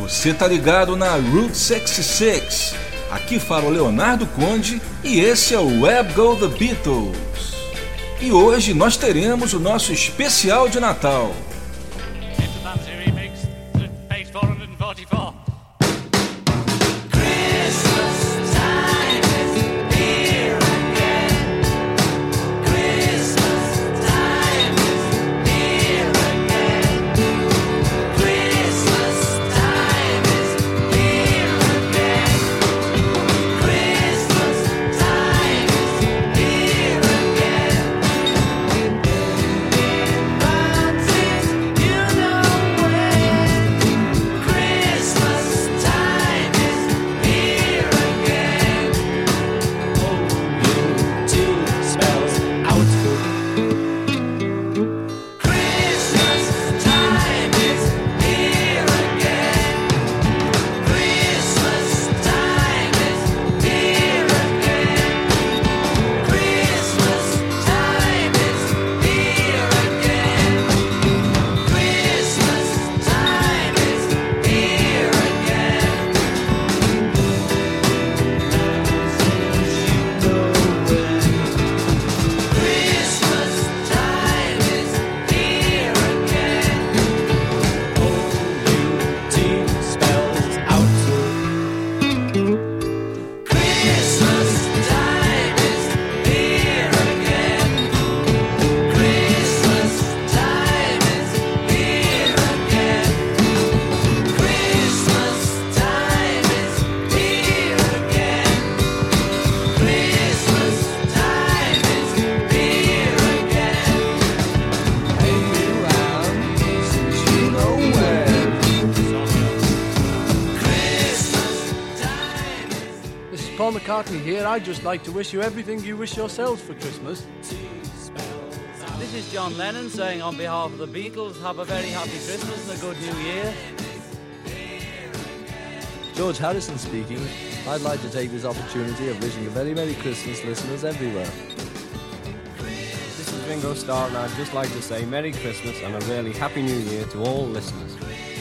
Você tá ligado na Route 66. Aqui fala o Leonardo Conde e esse é o Web Go The Beatles. E hoje nós teremos o nosso especial de Natal. Paul McCartney here. I'd just like to wish you everything you wish yourselves for Christmas. This is John Lennon saying on behalf of the Beatles, have a very happy Christmas and a good New Year. George Harrison speaking. I'd like to take this opportunity of wishing a very Merry Christmas, listeners everywhere. This is Ringo Starr, and I'd just like to say Merry Christmas and a really Happy New Year to all listeners.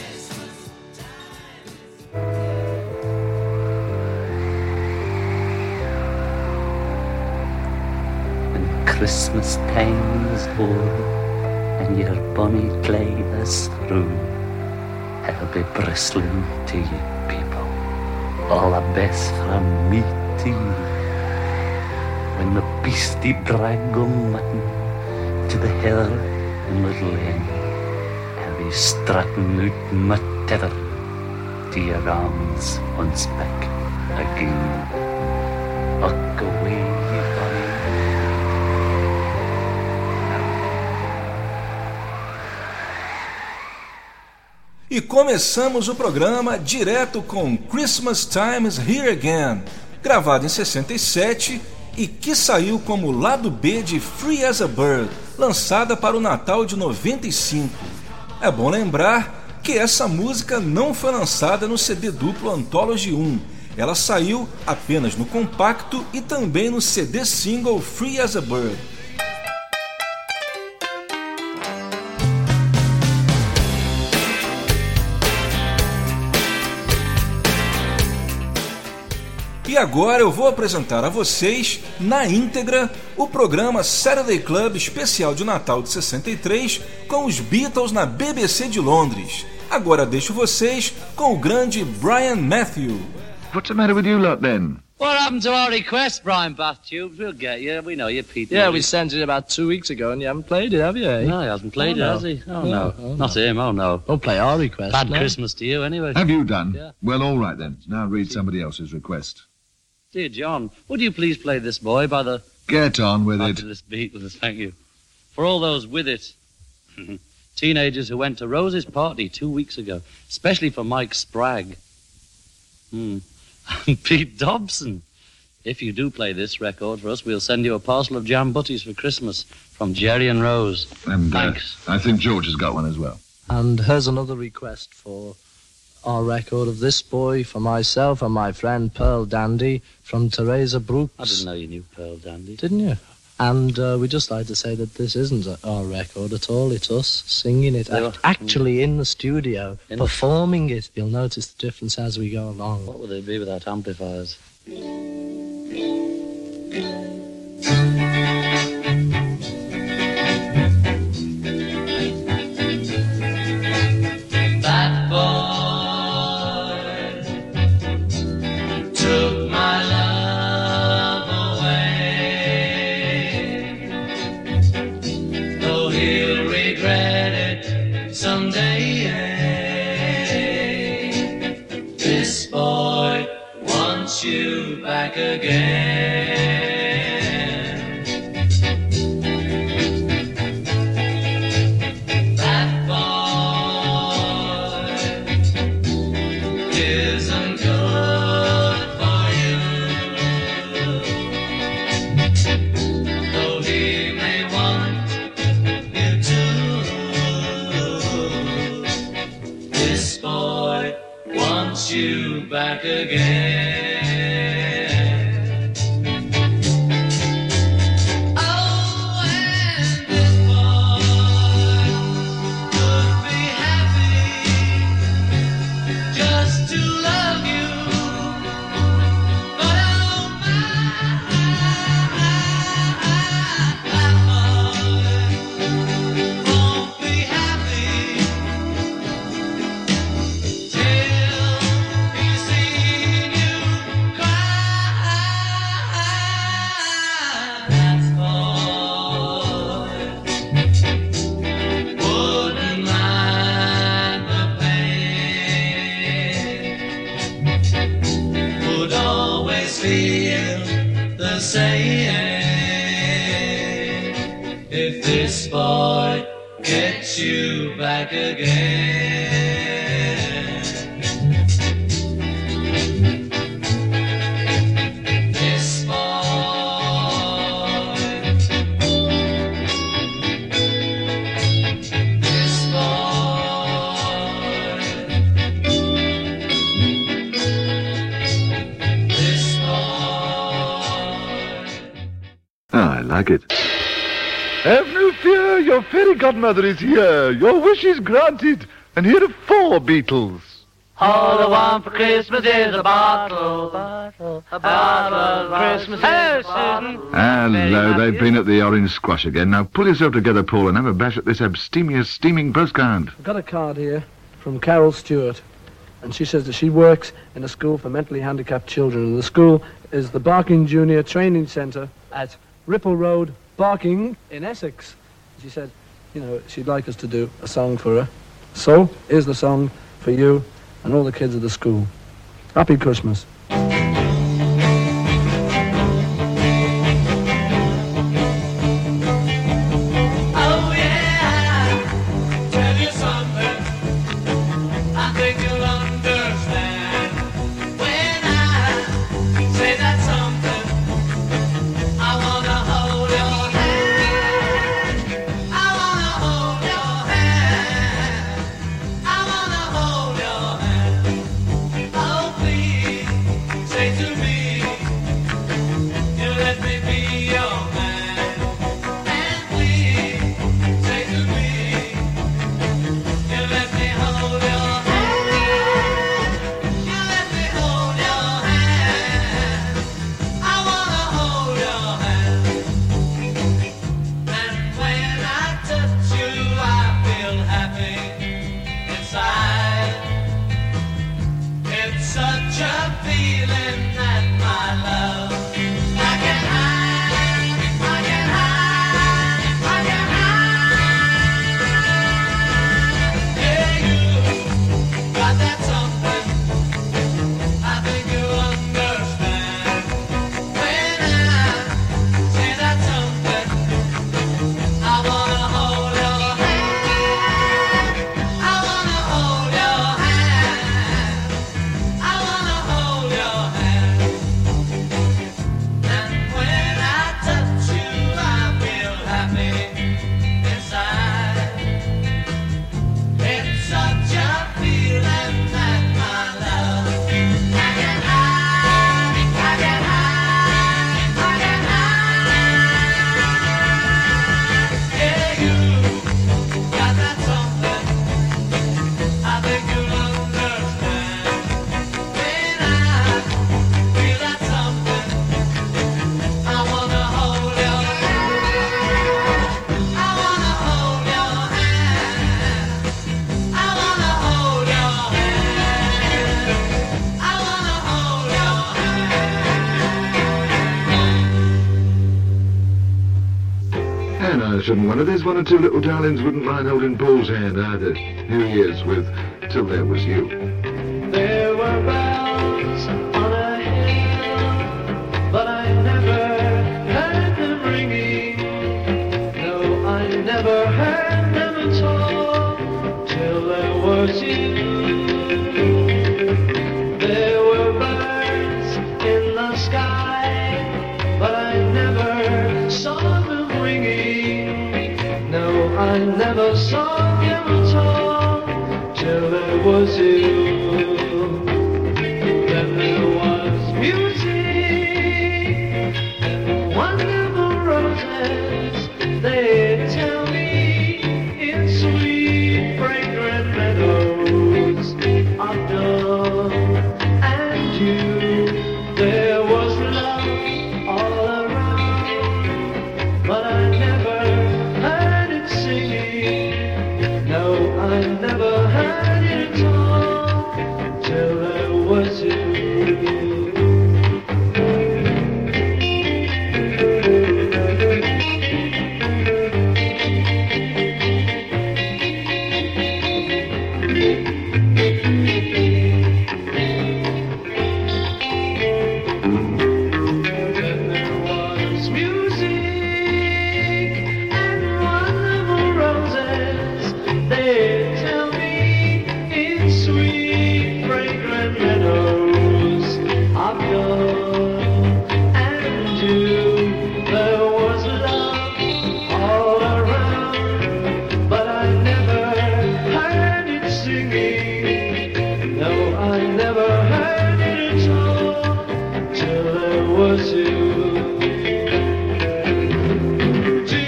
Christmas time is o'er and your bonny clay is through. I'll be bristling to you people, all the best from me to you. When the beastie drag go mutton to the heather in Little Lane, I'll be strutting out my tether to your arms once back again. Look away, you bonny. E começamos o programa direto com Christmas Time is Here Again, gravado em 67 e que saiu como lado B de Free as a Bird, lançada para o Natal de 95. É bom lembrar que essa música não foi lançada no CD duplo Anthology 1, ela saiu apenas no compacto e também no CD single Free as a Bird. E agora eu vou apresentar a vocês, na íntegra, o programa Saturday Club especial de Natal de 63 com os Beatles na BBC de Londres. Agora deixo vocês com o grande Brian Matthew. What's the matter with you lot then? What happened to our request, Brian Bathtubes? We'll get you. We know you, Pete. Yeah, we sent it about 2 weeks ago and you haven't played it, have you? Eh? No, he hasn't played it, has he? Oh, no. Not him, oh, no. Don't play our request. Bad Christmas to you, anyway. Have you done? Yeah. Well, all right then. Now read somebody else's request. Dear John, would you please play This Boy by the Get on with it. fabulous Beatles? Thank you. For all those with it, teenagers who went to Rose's party 2 weeks ago, especially for Mike Spragg. And Pete Dobson. If you do play this record for us, we'll send you a parcel of jam butties for Christmas from Jerry and Rose. And Thanks. I think George has got one as well. And here's another request for our record of This Boy for myself and my friend Pearl Dandy from Teresa Brooks. I didn't know you knew Pearl Dandy. Didn't you? And we'd just like to say that this isn't our record at all. It's us singing it, actually in the studio, performing it. You'll notice the difference as we go along. What would they be without amplifiers? That boy took my love away, though he'll regret it someday. This boy wants you back again. That boy isn't good for you, though he may want you to. This boy wants you back again. Oh, and this boy could be happy just to love you, but oh my, that boy won't be happy till he's seen you cry. That boy wouldn't mind the pain, would always feel the same if this boy gets you back again. This boy, this boy, this boy. I like it. Have no fear, your fairy godmother is here. Your wish is granted. And here are 4 Beatles. All I want for Christmas is a bottle, a bottle of Christmas. Hello, Susan. Hello, they've been at the Orange Squash again. Now pull yourself together, Paul, and have a bash at this abstemious, steaming postcard. I've got a card here from Carol Stewart, and she says that she works in a school for mentally handicapped children, and the school is the Barking Junior Training Centre at Ripple Road, Barking, in Essex. She said, you know, she'd like us to do a song for her. So, here's the song for you and all the kids at the school. Happy Christmas. Oh yeah, tell you something, I think you'll understand when I say that something. I wanna hold your hand, I wanna hold your hand, I wanna hold your hand. Oh please, say to me, you let me be your man. And please, say to me, you let me hold your hand, you let me hold your hand, I wanna hold your hand. And when I touch you, I feel happy inside. It's such a feeling that my love I can hide, I can hide, I can hide. Yeah, you got that something, I think you understand. When I say that something, I wanna hold your hand, I wanna hold your hand, I wanna hold your hand. certain one of these one or two little darlings wouldn't mind holding Paul's hand either. Here he is with Till There Was You. There were bells on a hill, but I never heard them ringing. No, I never heard them at all till there was you. There were birds in the sky, but I never saw them ringing. No, I never saw them at all till there was you. Then there was music and wonderful roses. They tell me in sweet fragrant meadows of love and you. There was love all around, but I never heard it singing. No, I never heard it at all till there was you. Then there was music and wonderful roses. They tell me in sweet fragrant meadows of love and you. There was love all around, but I never heard it singing. No, I never heard it at all till there was you. Till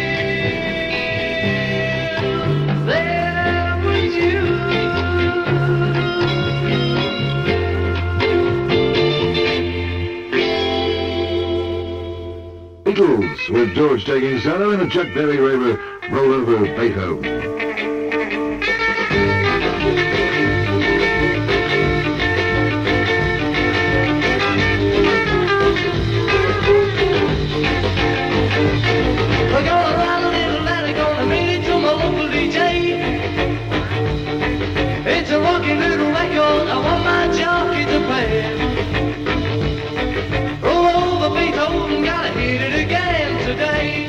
there was you. Beatles, with George taking solo in a Chuck Berry roll over Beethoven. We're gonna ride a little ladder, gonna bring it to my local DJ. It's a rocking little record, I want my jockey to play. Roll over Beethoven, gotta hit it again today.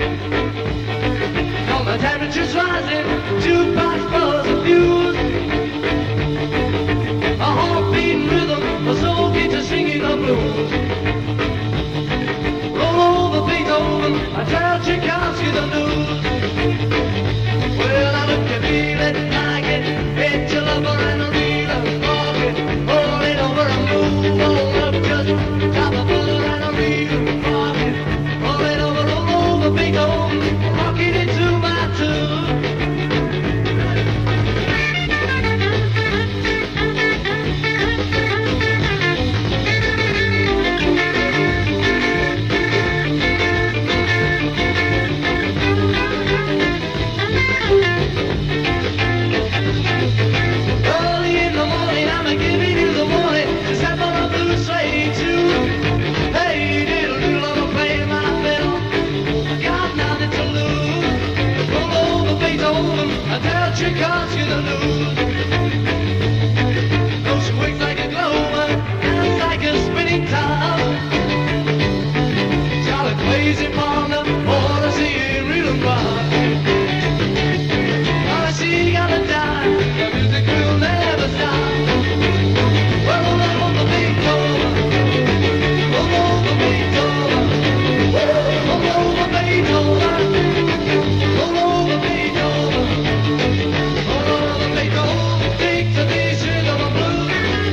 Now my temperature's rising, jukebox buzz a fuse. A heart-beating rhythm, a soul guitar singing the blues. Roll over Beethoven, I tell Tchaikovsky the news. Well, I look at me, let like it, hit your lover and a real rock it. Roll it over and move on up, just top of her and a real rock it. Roll over Beethoven, rocking it to my tune. Early in the morning, I'm giving you the warning to step on a blue suede shoe. Hey, diddle doodle, I'm playing my fiddle. I got nothing to lose. Roll over Beethoven, I tell Tchaikovsky the news. Goes quick like a clover, and like a spinning top. Charlie crazy partner, all I see is rhythm rock. All I see gotta die, the music will never stop. Well, roll over Beethoven, roll over Beethoven, roll over Beethoven, roll over Beethoven, roll over Beethoven, take the piece of a blues.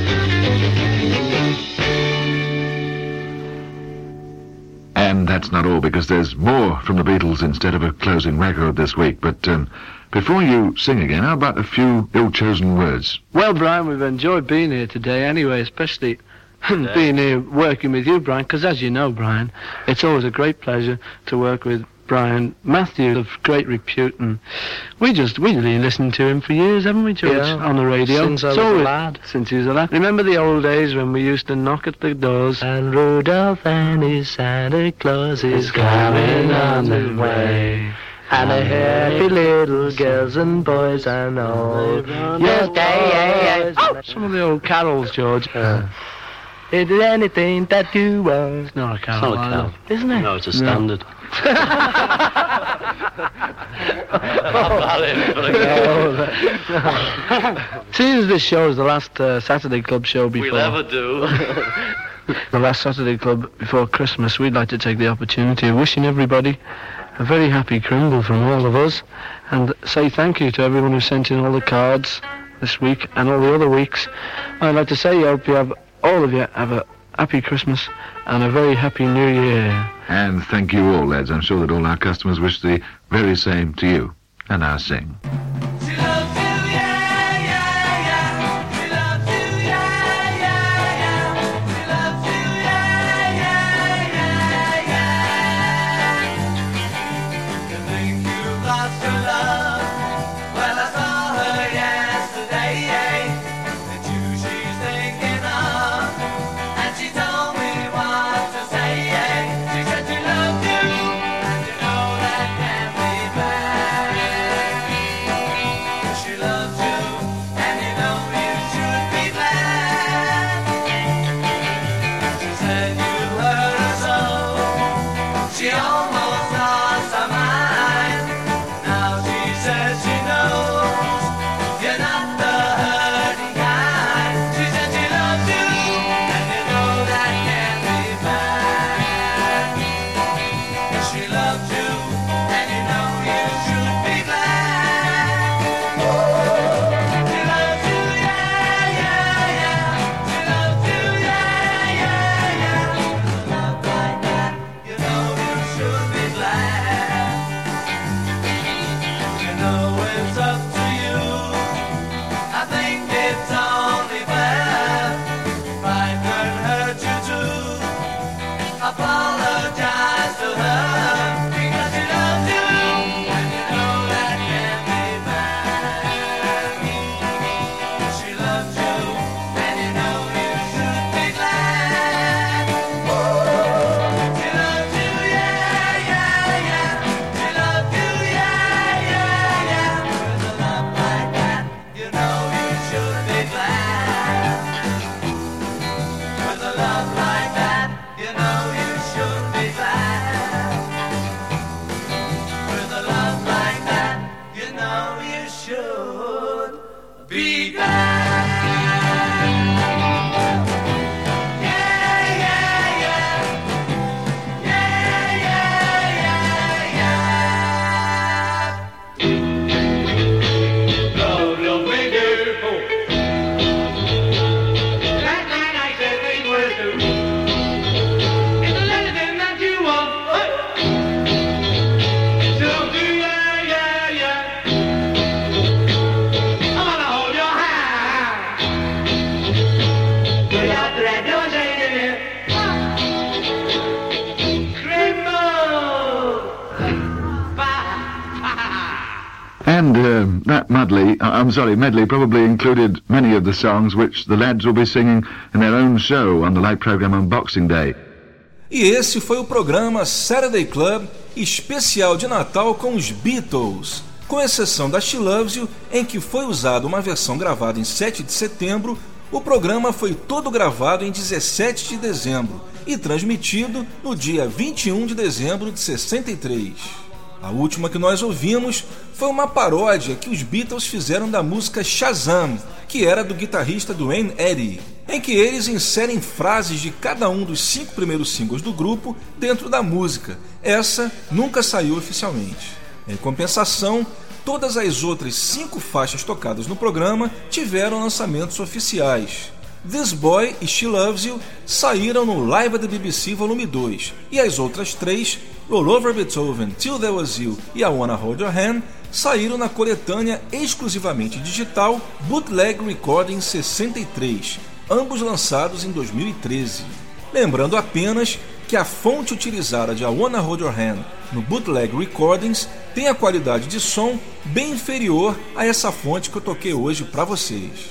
And that's not all, because there's more from the Beatles instead of a closing record this week. But before you sing again, how about a few ill-chosen words? Well, Brian, we've enjoyed being here today anyway, especially being here working with you, Brian, because as you know, Brian, it's always a great pleasure to work with Brian Matthews of great repute, and we really listened to him for years, haven't we, George, on the radio? Since I was a lad. Since he was a lad. Remember the old days when we used to knock at the doors? And Rudolph and his Santa Claus is coming on the way. And a happy little girls and boys and all. Yes, some of the old carols, George. It is anything that you want. It's not a carol. It's not a carol. Isn't it? No, it's a standard. Seeing as this show is the last Saturday Club show before... We'll ever do. the last Saturday Club before Christmas, we'd like to take the opportunity of wishing everybody a very happy Crimble from all of us, and say thank you to everyone who sent in all the cards this week and all the other weeks. I'd like to say I hope all of you have a happy Christmas and a very happy New Year. And thank you all, lads. I'm sure that all our customers wish the very same to you. And now sing. And that medley probably included many of the songs which the lads will be singing in their own show on the live program on Boxing Day. E esse foi o programa Saturday Club especial de Natal com os Beatles, com exceção da She Loves You, em que foi usada uma versão gravada em 7 de setembro, o programa foi todo gravado em 17 de dezembro e transmitido no dia 21 de dezembro de 63. A última que nós ouvimos foi uma paródia que os Beatles fizeram da música Shazam, que era do guitarrista Duane Eddy, em que eles inserem frases de cada um dos 5 primeiros singles do grupo dentro da música. Essa nunca saiu oficialmente. Em compensação, todas as outras 5 faixas tocadas no programa tiveram lançamentos oficiais. This Boy e She Loves You saíram no Live at the BBC Volume 2, e as outras 3, Roll Over Beethoven, Till There Was You e I Wanna Hold Your Hand, saíram na coletânea exclusivamente digital Bootleg Recording 63, ambos lançados em 2013. Lembrando apenas que a fonte utilizada de I Wanna Hold Your Hand no Bootleg Recordings tem a qualidade de som bem inferior a essa fonte que eu toquei hoje para vocês.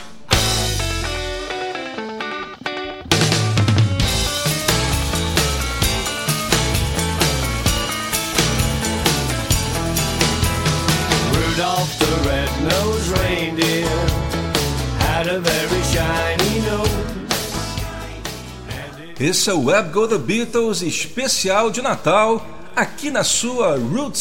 Esse é o Web Go The Beatles especial de Natal, aqui na sua Route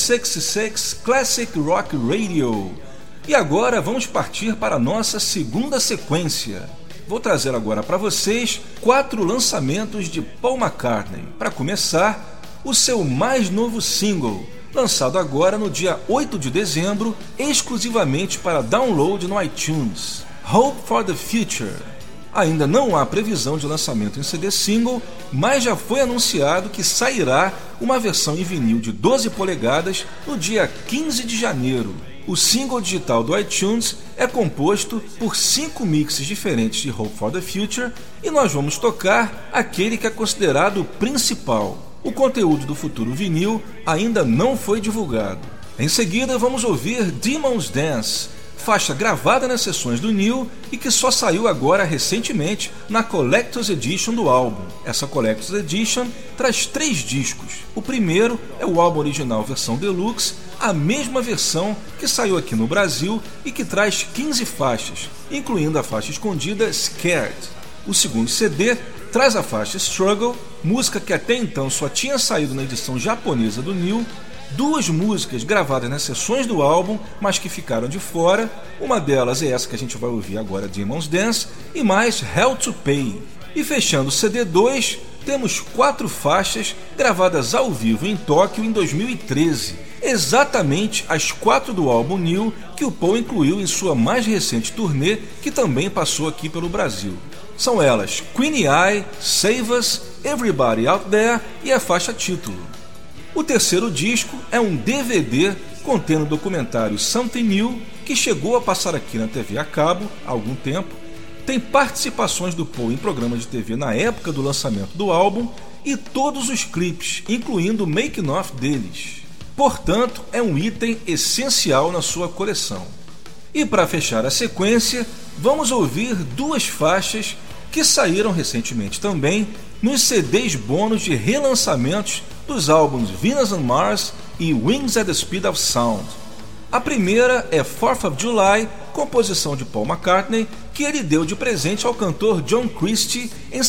66 Classic Rock Radio. E agora vamos partir para a nossa segunda sequência. Vou trazer agora para vocês 4 lançamentos de Paul McCartney. Para começar, o seu mais novo single, lançado agora no dia 8 de dezembro, exclusivamente para download no iTunes, Hope for the Future. Ainda não há previsão de lançamento em CD single, mas já foi anunciado que sairá uma versão em vinil de 12 polegadas no dia 15 de janeiro. O single digital do iTunes é composto por 5 mixes diferentes de Hope for the Future e nós vamos tocar aquele que é considerado o principal. O conteúdo do futuro vinil ainda não foi divulgado. Em seguida vamos ouvir Demon's Dance, faixa gravada nas sessões do Neil e que só saiu agora recentemente na Collector's Edition do álbum. Essa Collector's Edition traz 3 discos. O primeiro é o álbum original versão deluxe, a mesma versão que saiu aqui no Brasil e que traz 15 faixas, incluindo a faixa escondida Scared. O segundo CD traz a faixa Struggle, música que até então só tinha saído na edição japonesa do Neil, 2 músicas gravadas nas sessões do álbum, mas que ficaram de fora. Uma delas é essa que a gente vai ouvir agora, Demon's Dance, e mais Hell to Pay. E fechando o CD 2, temos 4 faixas gravadas ao vivo em Tóquio em 2013, exatamente as 4 do álbum Neil que o Paul incluiu em sua mais recente turnê, que também passou aqui pelo Brasil. São elas Queenie Eye, Save Us, Everybody Out There e a faixa título. O terceiro disco é um DVD contendo o documentário Something New, que chegou a passar aqui na TV a cabo há algum tempo. Tem participações do Paul em programas de TV na época do lançamento do álbum e todos os clipes, incluindo o making-of deles. Portanto, é um item essencial na sua coleção. E para fechar a sequência, vamos ouvir 2 faixas que saíram recentemente também nos CDs bônus de relançamentos dos álbuns Venus on Mars e Wings at the Speed of Sound. A primeira é 4th of July, composição de Paul McCartney, que ele deu de presente ao cantor John Christie em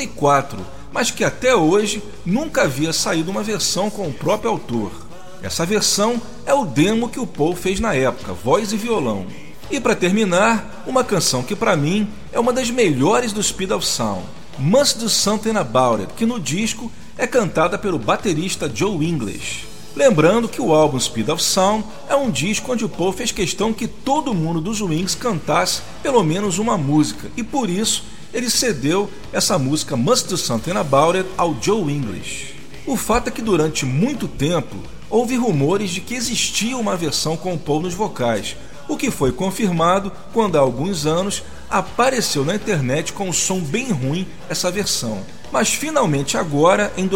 74, mas que até hoje nunca havia saído uma versão com o próprio autor. Essa versão é o demo que o Paul fez na época, voz e violão. E para terminar, uma canção que para mim é uma das melhores do Speed of Sound, Must Do Something About It, que no disco é cantada pelo baterista Joe English. Lembrando que o álbum Speed of Sound é um disco onde o Paul fez questão que todo mundo dos Wings cantasse pelo menos uma música, e por isso ele cedeu essa música Must Do Something About It ao Joe English. O fato é que durante muito tempo houve rumores de que existia uma versão com o Paul nos vocais, o que foi confirmado quando há alguns anos apareceu na internet com um som bem ruim essa versão. Mas finalmente agora, em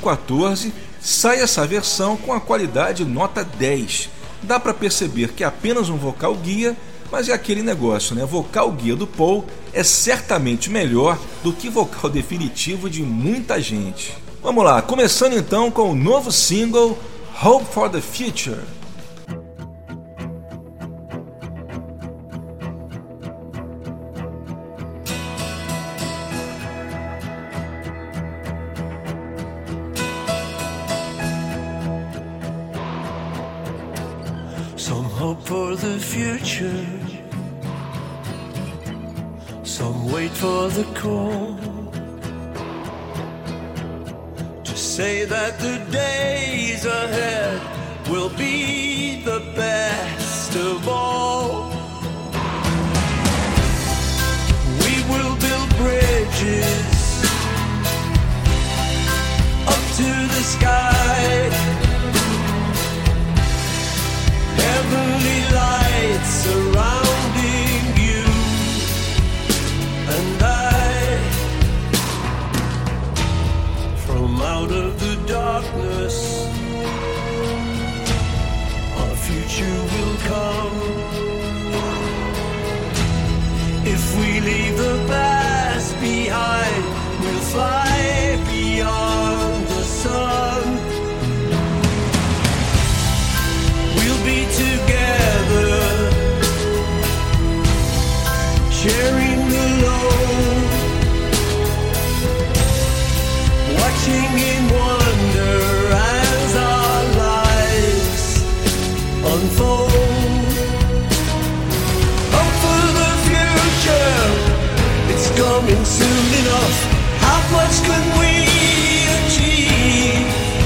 2014, sai essa versão com a qualidade nota 10. Dá para perceber que é apenas um vocal guia, mas é aquele negócio, né? Vocal guia do Paul é certamente melhor do que vocal definitivo de muita gente. Vamos lá, começando então com o novo single Hope for the Future. Some hope for the future, some wait for the call to say that the days ahead will be the best of all. We will build bridges up to the sky, heavenly lights surrounding you and I. From out of the darkness, our future will come. If we leave the past behind, we'll fly beyond the sun. We'll be together, sharing the load, coming soon enough. How much can we achieve?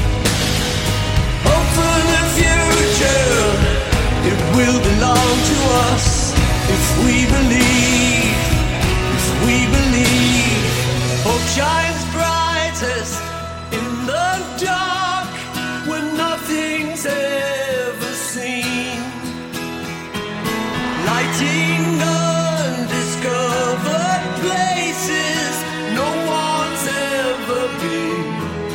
Hope for the future, it will belong to us if we believe, if we believe. Hope shines brightest in the dark when nothing's ever seen. Lighting undiscovered places no one's ever been.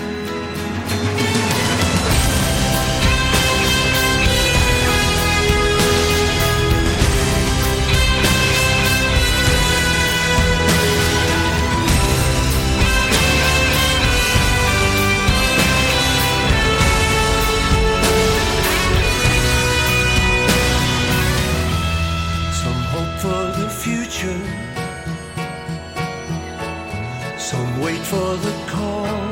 Some hope for the future, some wait for the call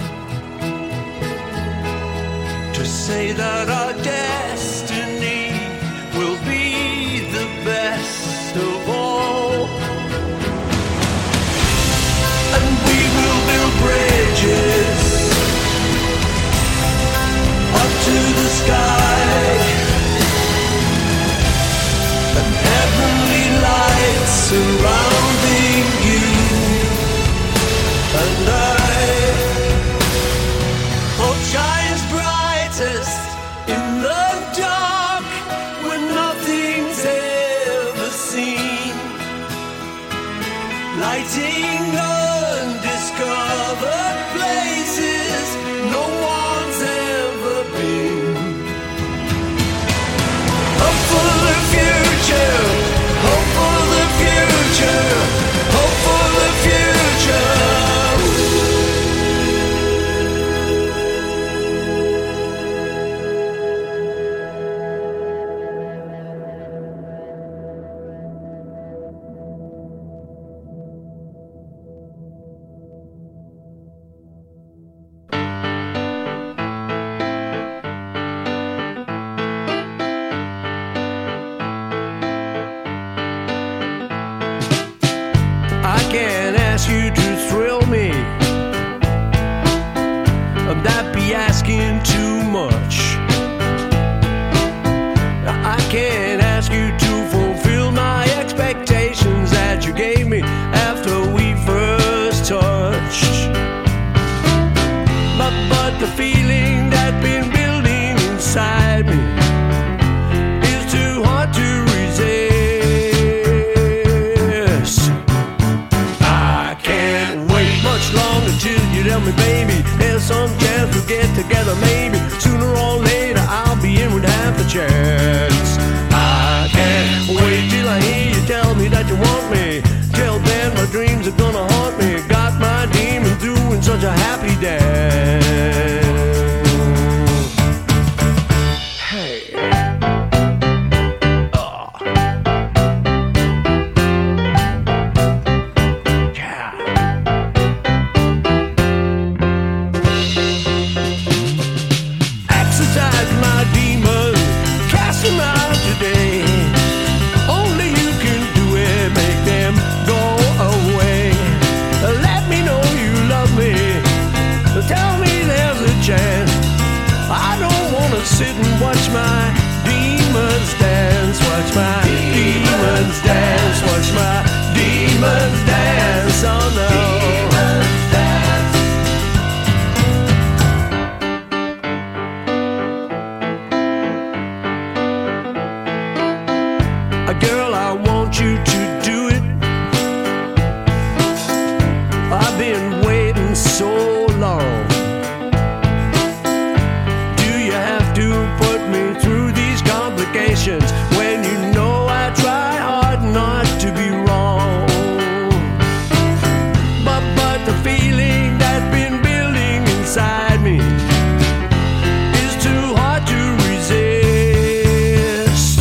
to say that our destiny will be the best of all. And we will build bridges up to the sky, and heavenly lights surrounding you and I. Hope shines brightest in the dark when nothing's ever seen. Lighting undiscovered places no one's ever been. Hope for the future, hope for the future, hope for the future. I can't ask you to thrill me, that'd be asking too much. I can't ask you to fulfill my expectations that you gave me after we first touched. But the feeling that's been building inside me is too hard to resist. I can't wait much longer till you tell me, baby, there's some chance we'll get together. Maybe sooner or later I'll be in with half a chance. I can't wait till I hear you tell me that you want me. Till then my dreams are gonna haunt me. Got my demons doing such a happy dance. Hey. Exercise my demons, cast them out today. Only you can do it, make them go away. Let me know you love me, tell me there's a chance. I don't wanna sit and watch my demons dance. Watch my demons dance. Watch my demons dance. Oh no. Girl, I want you to do it. I've been waiting so long. Do you have to put me through these complications when you know I try hard not to be wrong? But the feeling that's been building inside me is too hard to resist.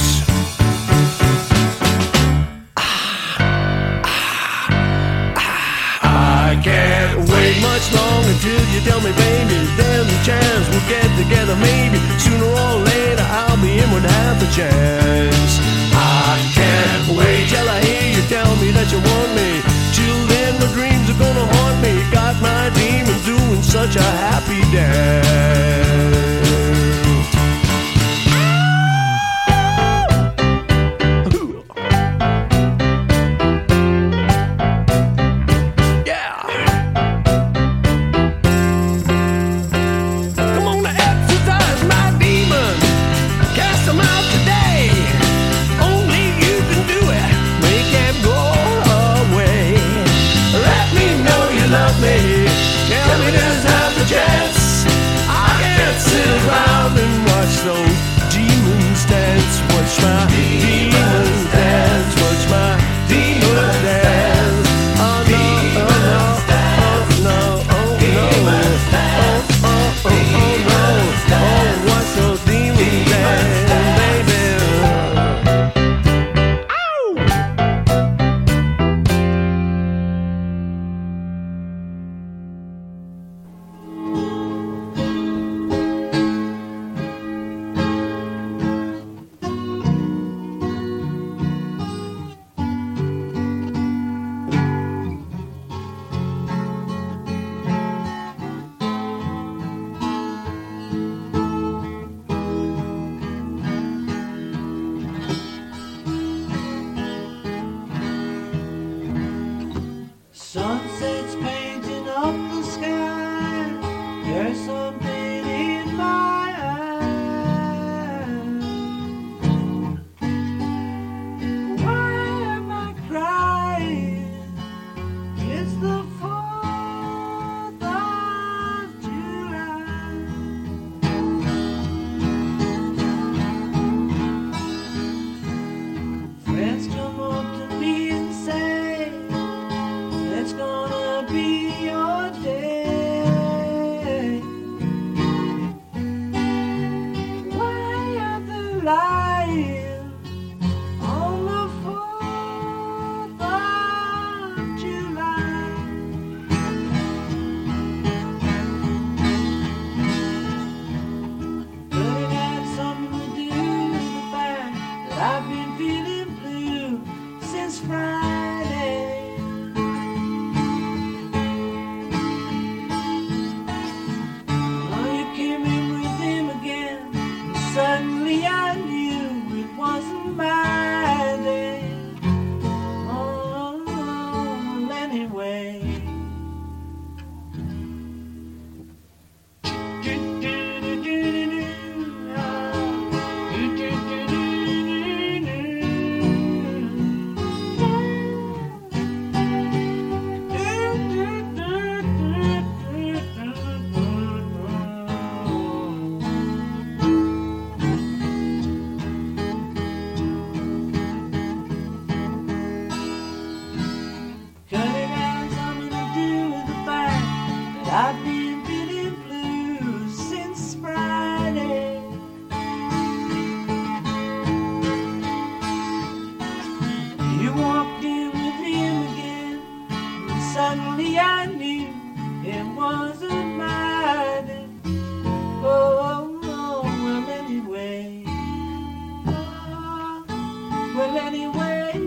I can't wait much longer until you tell me, baby, there's a chance we'll get together. Maybe sooner or later I'll be in with half a chance. I can't wait till I hear you tell me that you want me. Till then such a happy dance. Sunset's painting up the sky. There's something in my eyes. Why am I crying? It's the 4th of July. Friends come up to me and say, it's gonna be your day. Why are they lying on the 4th of July? But it had something to do with the fact that I've been feeling blue since Friday. Suddenly I knew it wasn't my day. Oh, well, anyway. I've been feeling blue since Friday. You walked in with him again, and suddenly I knew it wasn't my day. Oh, well anyway. Oh, well anyway.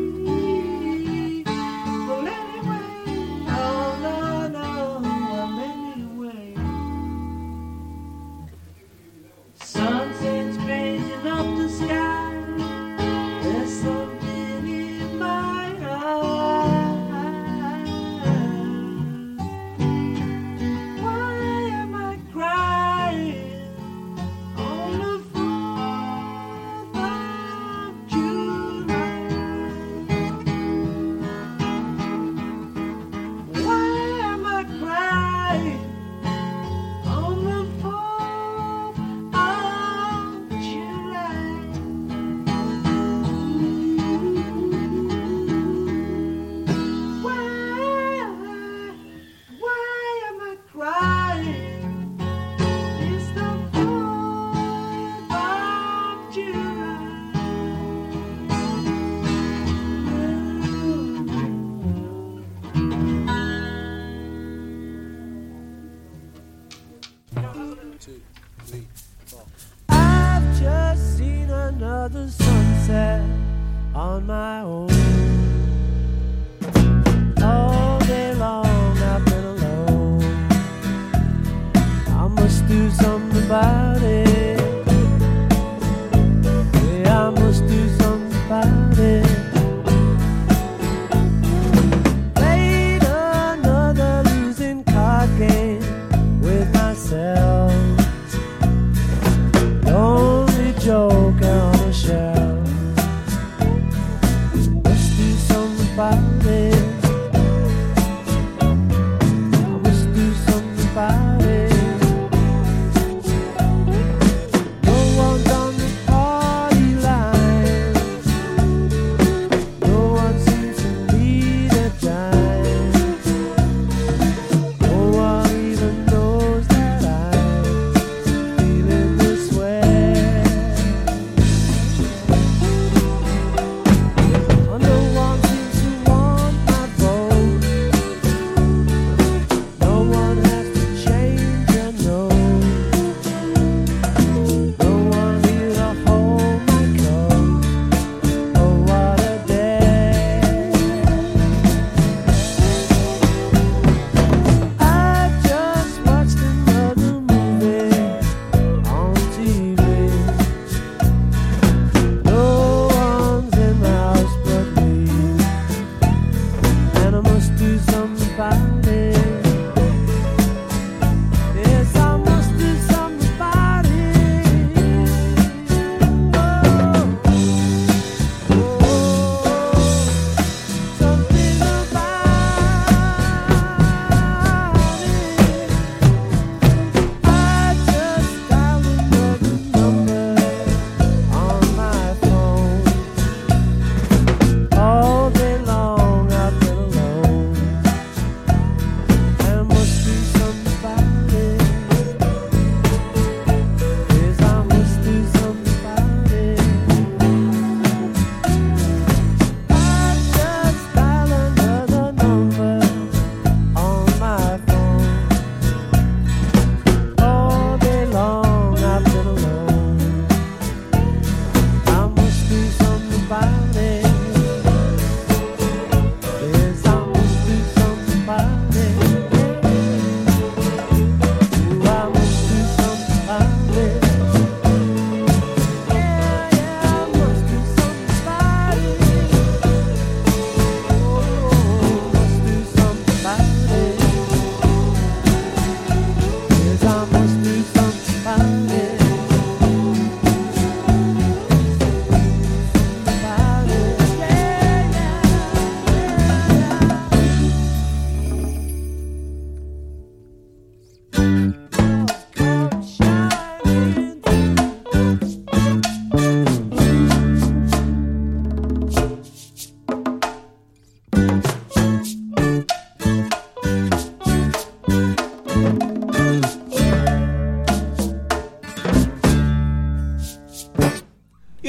Sunset's painting up the sky. There's something in my eyes. Why am I crying on the 4th of July? Why am I crying on the 4th of July? Why am I crying? It's the 4th of July. I've just seen another sunset on my own. All day long I've been alone.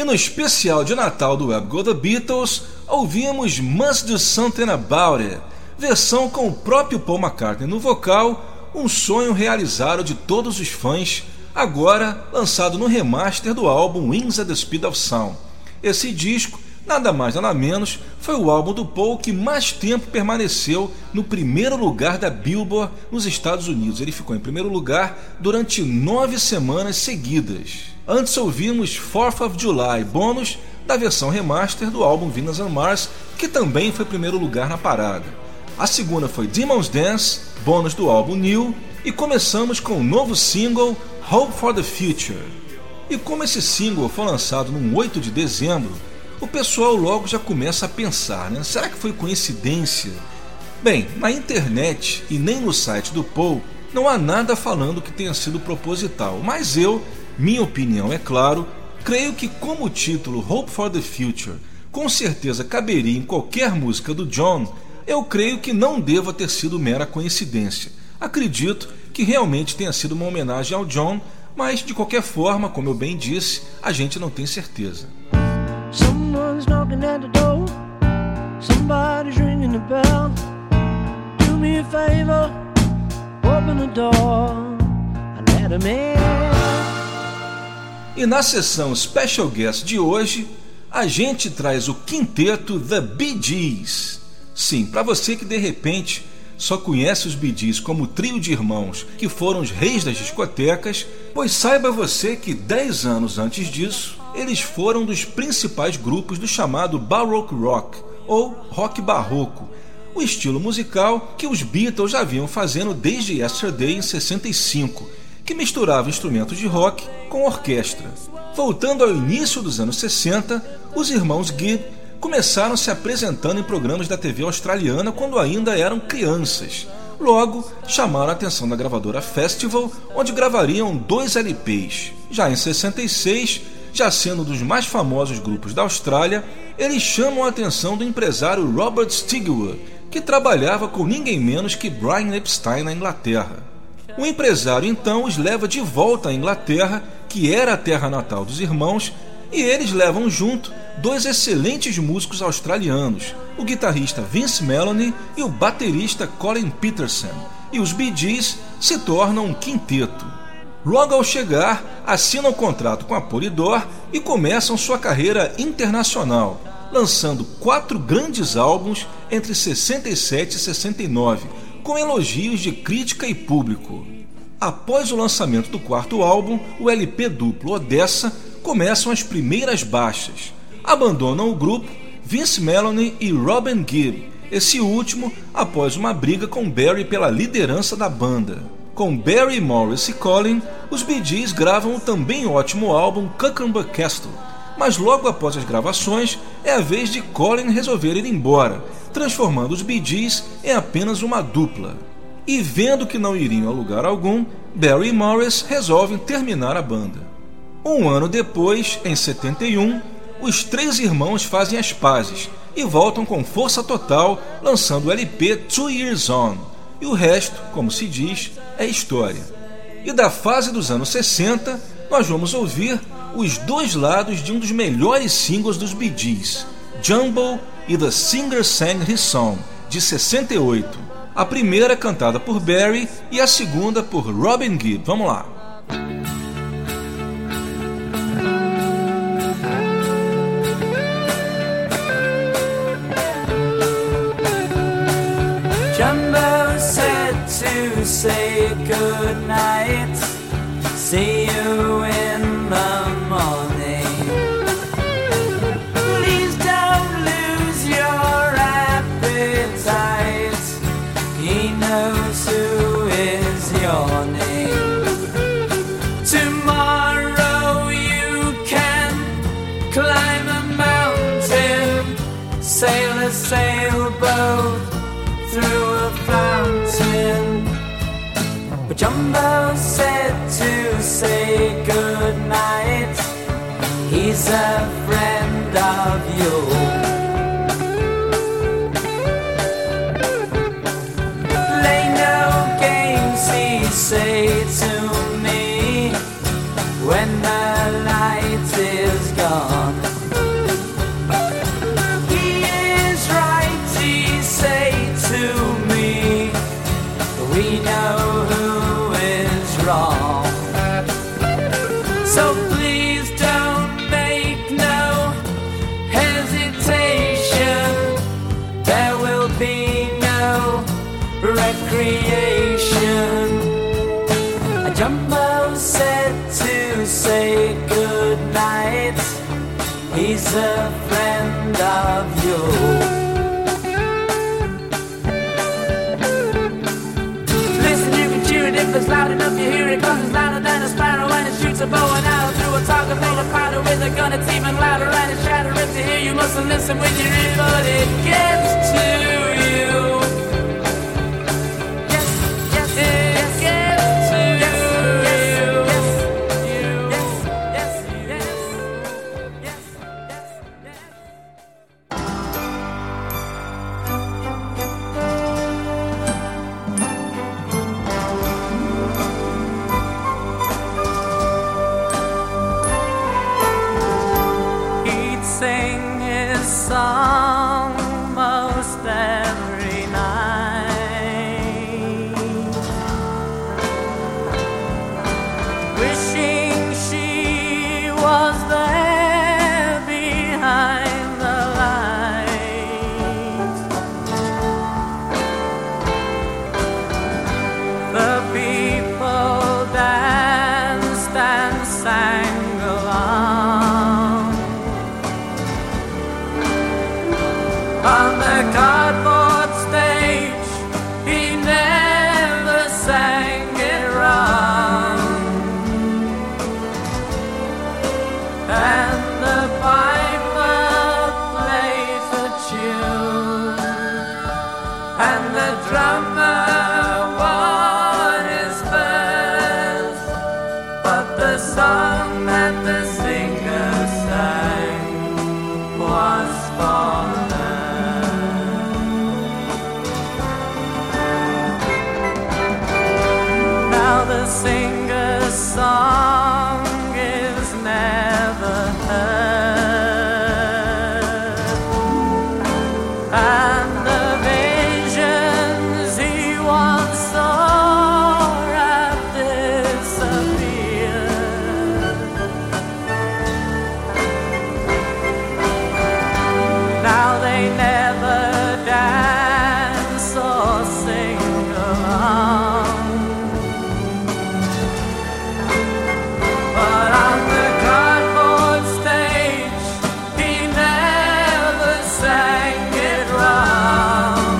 no especial de Natal do Web Go The Beatles, ouvimos Must Do Something About It, versão com o próprio Paul McCartney no vocal, um sonho realizado de todos os fãs, agora lançado no remaster do álbum Wings at the Speed of Sound. Esse disco, nada mais nada menos, foi o álbum do Paul que mais tempo permaneceu no primeiro lugar da Billboard nos Estados Unidos. Ele ficou em primeiro lugar durante 9 semanas seguidas. Antes ouvimos 4th of July, bônus da versão remaster do álbum Venus on Mars, que também foi primeiro lugar na parada. A segunda foi Demon's Dance, bônus do álbum New, e começamos com o novo single Hope for the Future. E como esse single foi lançado no 8 de dezembro, o pessoal logo já começa a pensar, né? Será que foi coincidência? Bem, na internet e nem no site do Paul não há nada falando que tenha sido proposital, mas minha opinião é claro, creio que como o título Hope for the Future com certeza caberia em qualquer música do John, eu creio que não deva ter sido mera coincidência. Acredito que realmente tenha sido uma homenagem ao John, mas de qualquer forma, como eu bem disse, a gente não tem certeza. Someone's knocking at the door, somebody's ringing the bell. Do me a favor, open the door and let him in. E na sessão Special Guest de hoje, a gente traz o quinteto The Bee Gees. Sim, para você que de repente só conhece os Bee Gees como trio de irmãos que foram os reis das discotecas, pois saiba você que 10 anos antes disso, eles foram dos principais grupos do chamado Baroque Rock, ou rock barroco, o estilo musical que os Beatles já vinham fazendo desde Yesterday em 65, que misturava instrumentos de rock com orquestra. Voltando ao início dos anos 60, os irmãos Gibb começaram se apresentando em programas da TV australiana quando ainda eram crianças. Logo, chamaram a atenção da gravadora Festival, onde gravariam 2 LPs. Já em 66, já sendo um dos mais famosos grupos da Austrália, eles chamam a atenção do empresário Robert Stigwood, que trabalhava com ninguém menos que Brian Epstein na Inglaterra. O empresário então os leva de volta à Inglaterra, que era a terra natal dos irmãos, e eles levam junto 2 excelentes músicos australianos, o guitarrista Vince Melanie e o baterista Colin Peterson, e os Bee Gees se tornam um quinteto. Logo ao chegar, assinam contrato com a Polydor e começam sua carreira internacional, lançando 4 grandes álbuns entre 67 e 69, com elogios de crítica e público. Após o lançamento do 4º álbum, o LP duplo Odessa, começam as primeiras baixas. Abandonam o grupo Vince Melanie e Robin Gibb, esse último após uma briga com Barry pela liderança da banda. Com Barry, Morris e Colin, os Bee Gees gravam o também ótimo álbum Cucumber Castle, mas logo após as gravações é a vez de Colin resolver ir embora, transformando os Bee Gees em apenas uma dupla. E vendo que não iriam a lugar algum, Barry e Morris resolvem terminar a banda. Um ano depois, em 71, os 3 irmãos fazem as pazes e voltam com força total, lançando o LP 2 Years On. E o resto, como se diz, é história. E da fase dos anos 60, nós vamos ouvir os 2 lados de um dos melhores singles dos Bee Gees, Jumbo e The Singer Sang His Song, de 68. A primeira cantada por Barry e a segunda por Robin Gibb. Vamos lá. Jumbo said to say good night, see you in the morning. Please don't lose your appetite, he knows who is yawning. Tomorrow you can climb a mountain, sail a sailboat through a fountain. But Jumbo said to say good night, he's a friend of yours. Play no games, he say to me, when the light is gone. on. He is right, he say to me, we know who is wrong. So please don't make no hesitation. There will be no recreation. Jumbo said to say good night. He's a friend of yours. Listen, you can cheer it if it's loud enough you hear it, 'cause it's louder than a sparrow and it shoots a bow and arrow through a target made of powder with a gun. It's even louder and it's shattering to hear. You mustn't listen with your ear, but it gets to you. Yes, yes, it gets to you. Yes, yes, yes, yes, yes, yes. He'd sing his song most every night, wishing she was there behind the lights. The people danced and sang along. On the cardboard stage, he never sang it wrong. And the piper plays a tune, and the drummer won his verse, but the song that the singer sang was for her. Now the singer's song is never heard, and the visions he once saw have disappeared. Now they never dance or sing along. But on the cardboard stage, he never sang it wrong.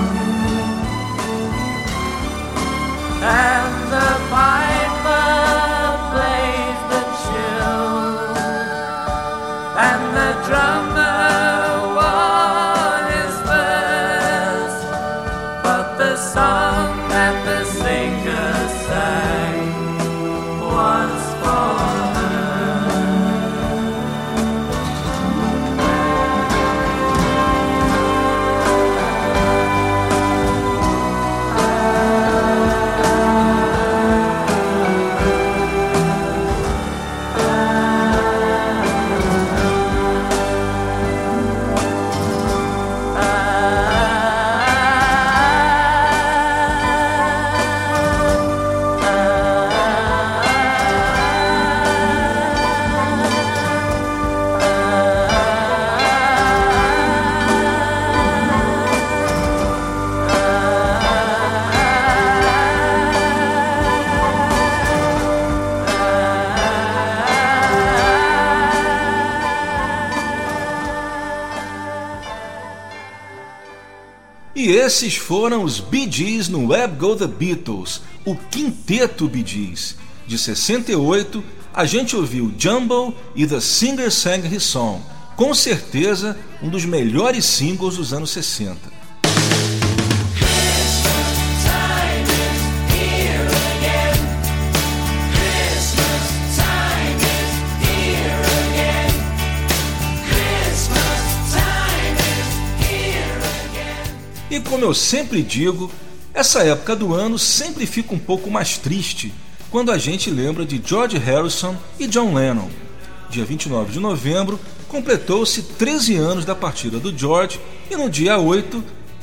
And the piper plays the tune, and the drummer won his verse, but the song that the singer sang was for her. E esses foram os Bee Gees no Web Go The Beatles, o quinteto Bee Gees. De 68, a gente ouviu Jumbo e The Singer Sang His Song, com certeza um dos melhores singles dos anos 60. E como eu sempre digo, essa época do ano sempre fica um pouco mais triste quando a gente lembra de George Harrison e John Lennon. Dia 29 de novembro completou-se 13 anos da partida do George e no dia 8,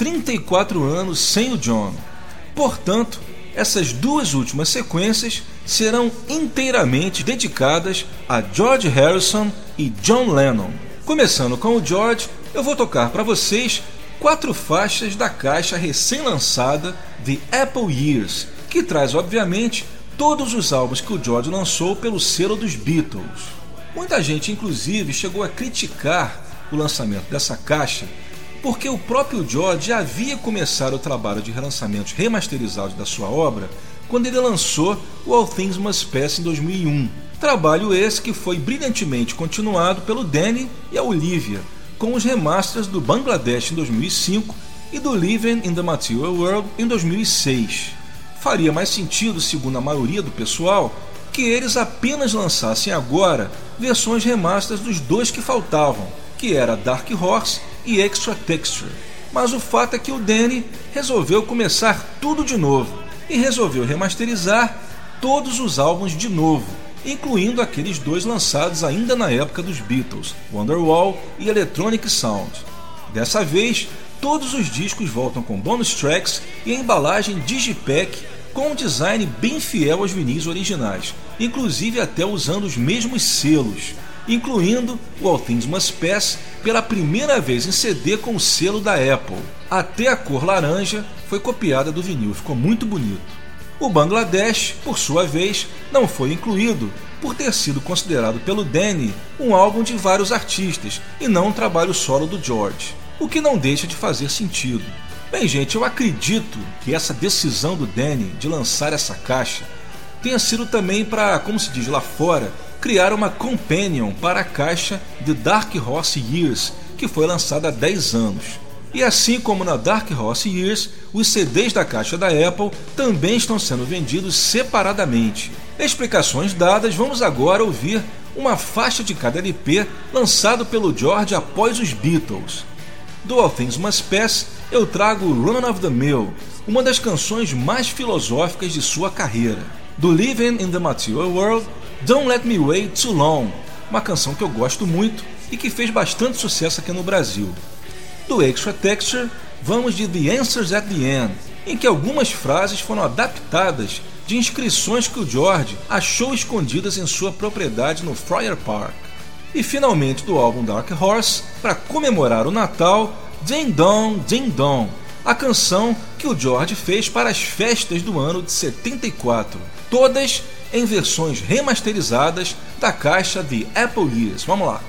34 anos sem o John. Portanto, essas duas últimas sequências serão inteiramente dedicadas a George Harrison e John Lennon. Começando com o George, eu vou tocar para vocês 4 faixas da caixa recém-lançada The Apple Years, que traz obviamente todos os álbuns que o George lançou pelo selo dos Beatles. Muita gente inclusive chegou a criticar o lançamento dessa caixa porque o próprio George já havia começado o trabalho de relançamentos remasterizados da sua obra quando ele lançou o All Things Must Pass em 2001. Trabalho esse que foi brilhantemente continuado pelo Danny e a Olivia, com os remasters do Bangladesh em 2005 e do Living in the Material World em 2006. Faria mais sentido, segundo a maioria do pessoal, que eles apenas lançassem agora versões remasters dos dois que faltavam, que era Dark Horse e Extra Texture. Mas o fato é que o Danny resolveu começar tudo de novo e resolveu remasterizar todos os álbuns de novo, incluindo aqueles dois lançados ainda na época dos Beatles, Wonderwall e Electronic Sound. Dessa vez, todos os discos voltam com bonus tracks e embalagem digipack com um design bem fiel aos vinis originais, inclusive até usando os mesmos selos, incluindo o All Things Must Pass pela primeira vez em CD com o selo da Apple. Até a cor laranja foi copiada do vinil, ficou muito bonito. O Bangladesh, por sua vez, não foi incluído por ter sido considerado pelo Danny um álbum de vários artistas e não um trabalho solo do George, o que não deixa de fazer sentido. Bem, gente, eu acredito que essa decisão do Danny de lançar essa caixa tenha sido também para, como se diz lá fora, criar uma companion para a caixa The Dark Horse Years, que foi lançada há 10 anos. E assim como na Dark Horse Years, os CDs da caixa da Apple também estão sendo vendidos separadamente. Explicações dadas, vamos agora ouvir uma faixa de cada LP lançado pelo George após os Beatles. Do All Things Must Pass, eu trago Run of the Mill, uma das canções mais filosóficas de sua carreira. Do Living in the Material World, Don't Let Me Wait Too Long, uma canção que eu gosto muito e que fez bastante sucesso aqui no Brasil. Do Extra Texture, vamos de The Answers at the End, em que algumas frases foram adaptadas de inscrições que o George achou escondidas em sua propriedade no Friar Park. E finalmente do álbum Dark Horse, para comemorar o Natal, Ding Dong, Ding Dong, a canção que o George fez para as festas do ano de 74, todas em versões remasterizadas da caixa The Apple Years. Vamos lá!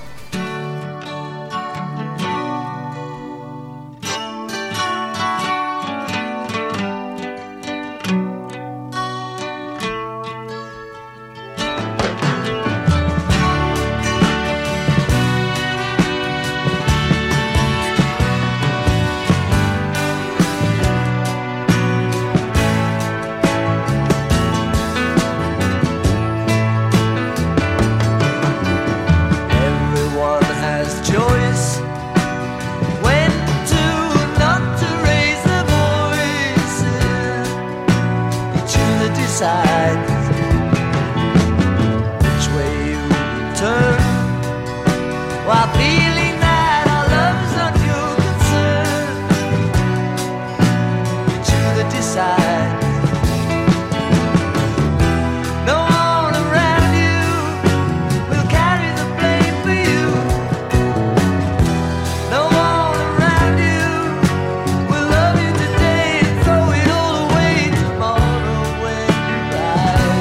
Right.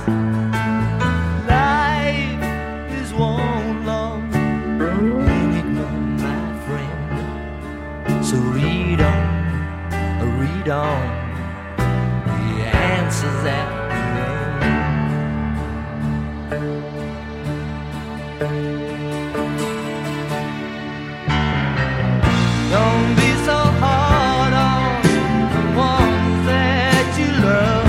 Life is one long enigma, my friend. So read on, the answers at the end. Don't be so hard on the ones that you love.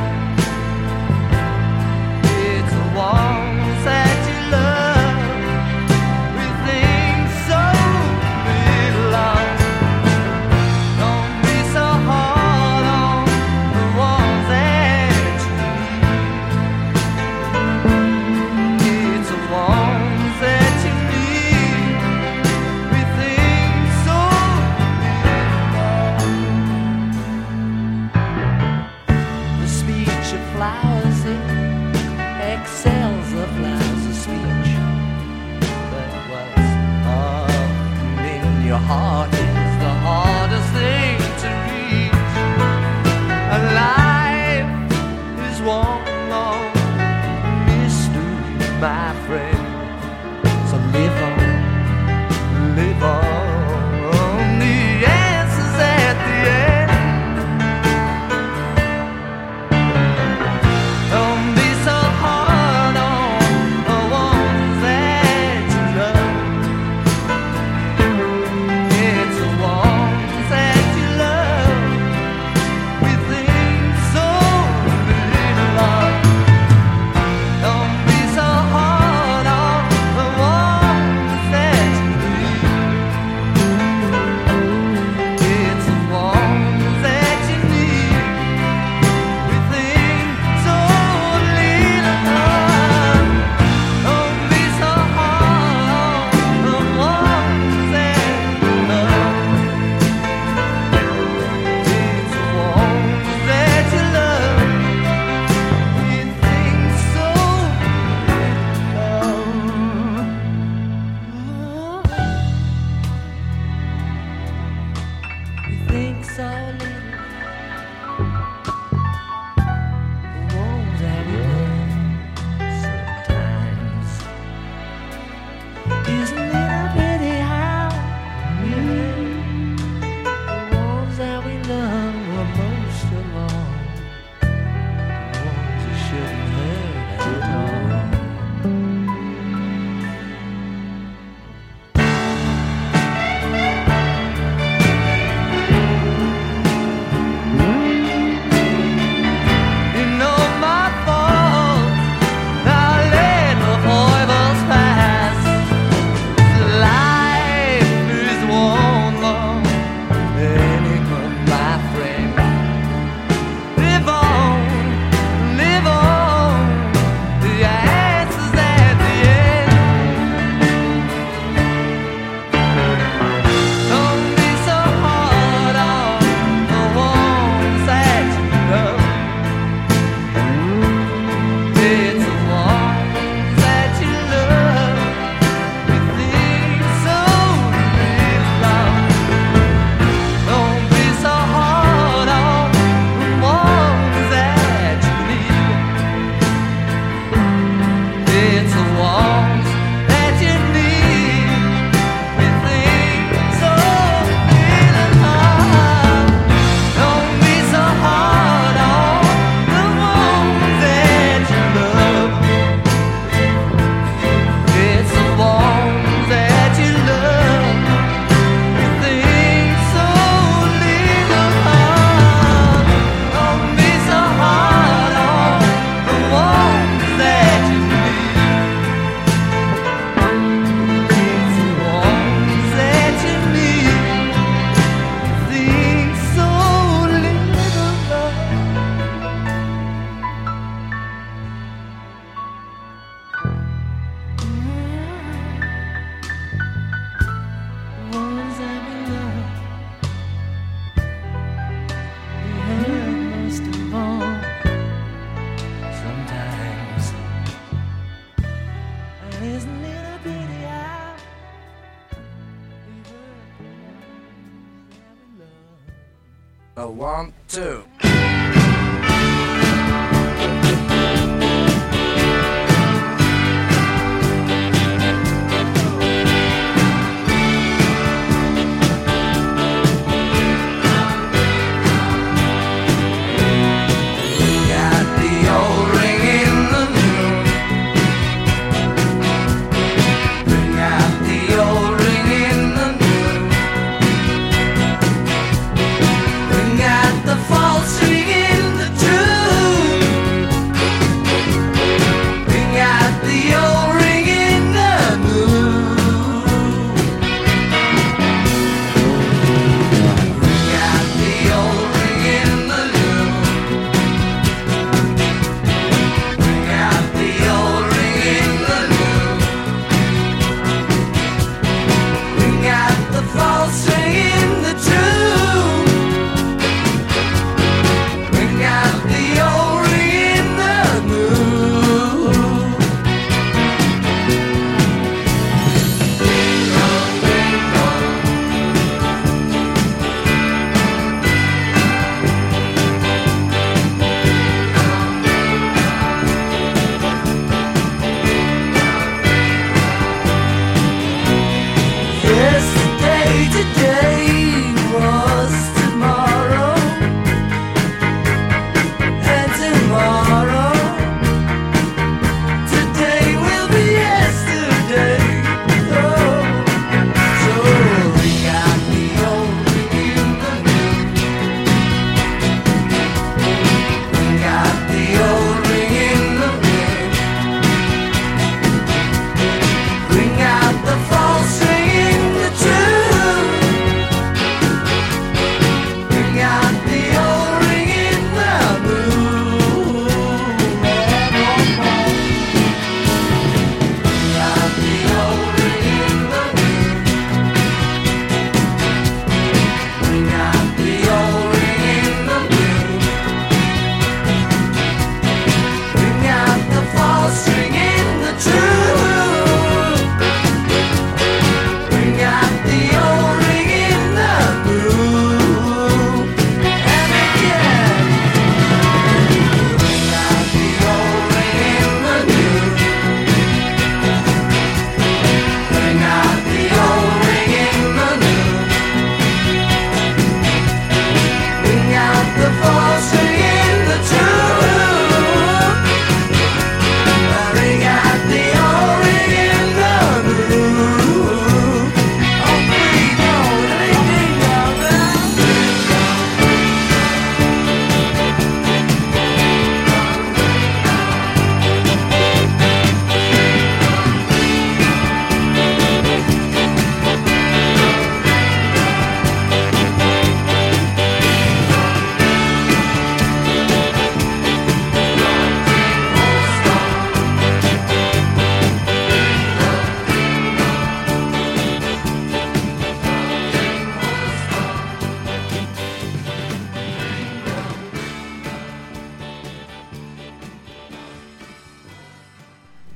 It's the ones that you love with things so little of. Don't be so hard on the ones that you need. It's the ones that you need with things so little of. The speech of flowers excels the flowers of speech. But what's often in your heart is the hardest thing to reach. And life is one long mystery, my friend. So live on, live on. The answers at the end. Don't be so hard on the ones that you love. It's the ones that you love with things so little of. Don't be so hard on the ones that you need. It's the ones that you need with things so little of. Don't be so hard on the ones that you love. It's the ones that you love with things so little. We think so little. The ones that we love sometimes. Isn't it a pity how the ones that we love were most alone, the ones who shouldn't hurt at all. You know my fault. I let the foibles pass. Life is one long enigma, my friend. Live on, live on. The answers at the end. Don't be so hard on the ones that you love. It's the ones that you love with things so little of. Don't be so hard on the ones that you need. It's the ones that you need with things so little of. Don't be so hard on the ones that you love. It's the ones that you love with things so little of. Don't be so hard on the ones that you need. It's the ones that you need with things so little of. Ones that we love, we hurt most of all. Sometimes, and isn't it a pity how we hurt the ones that we love? 1, 2.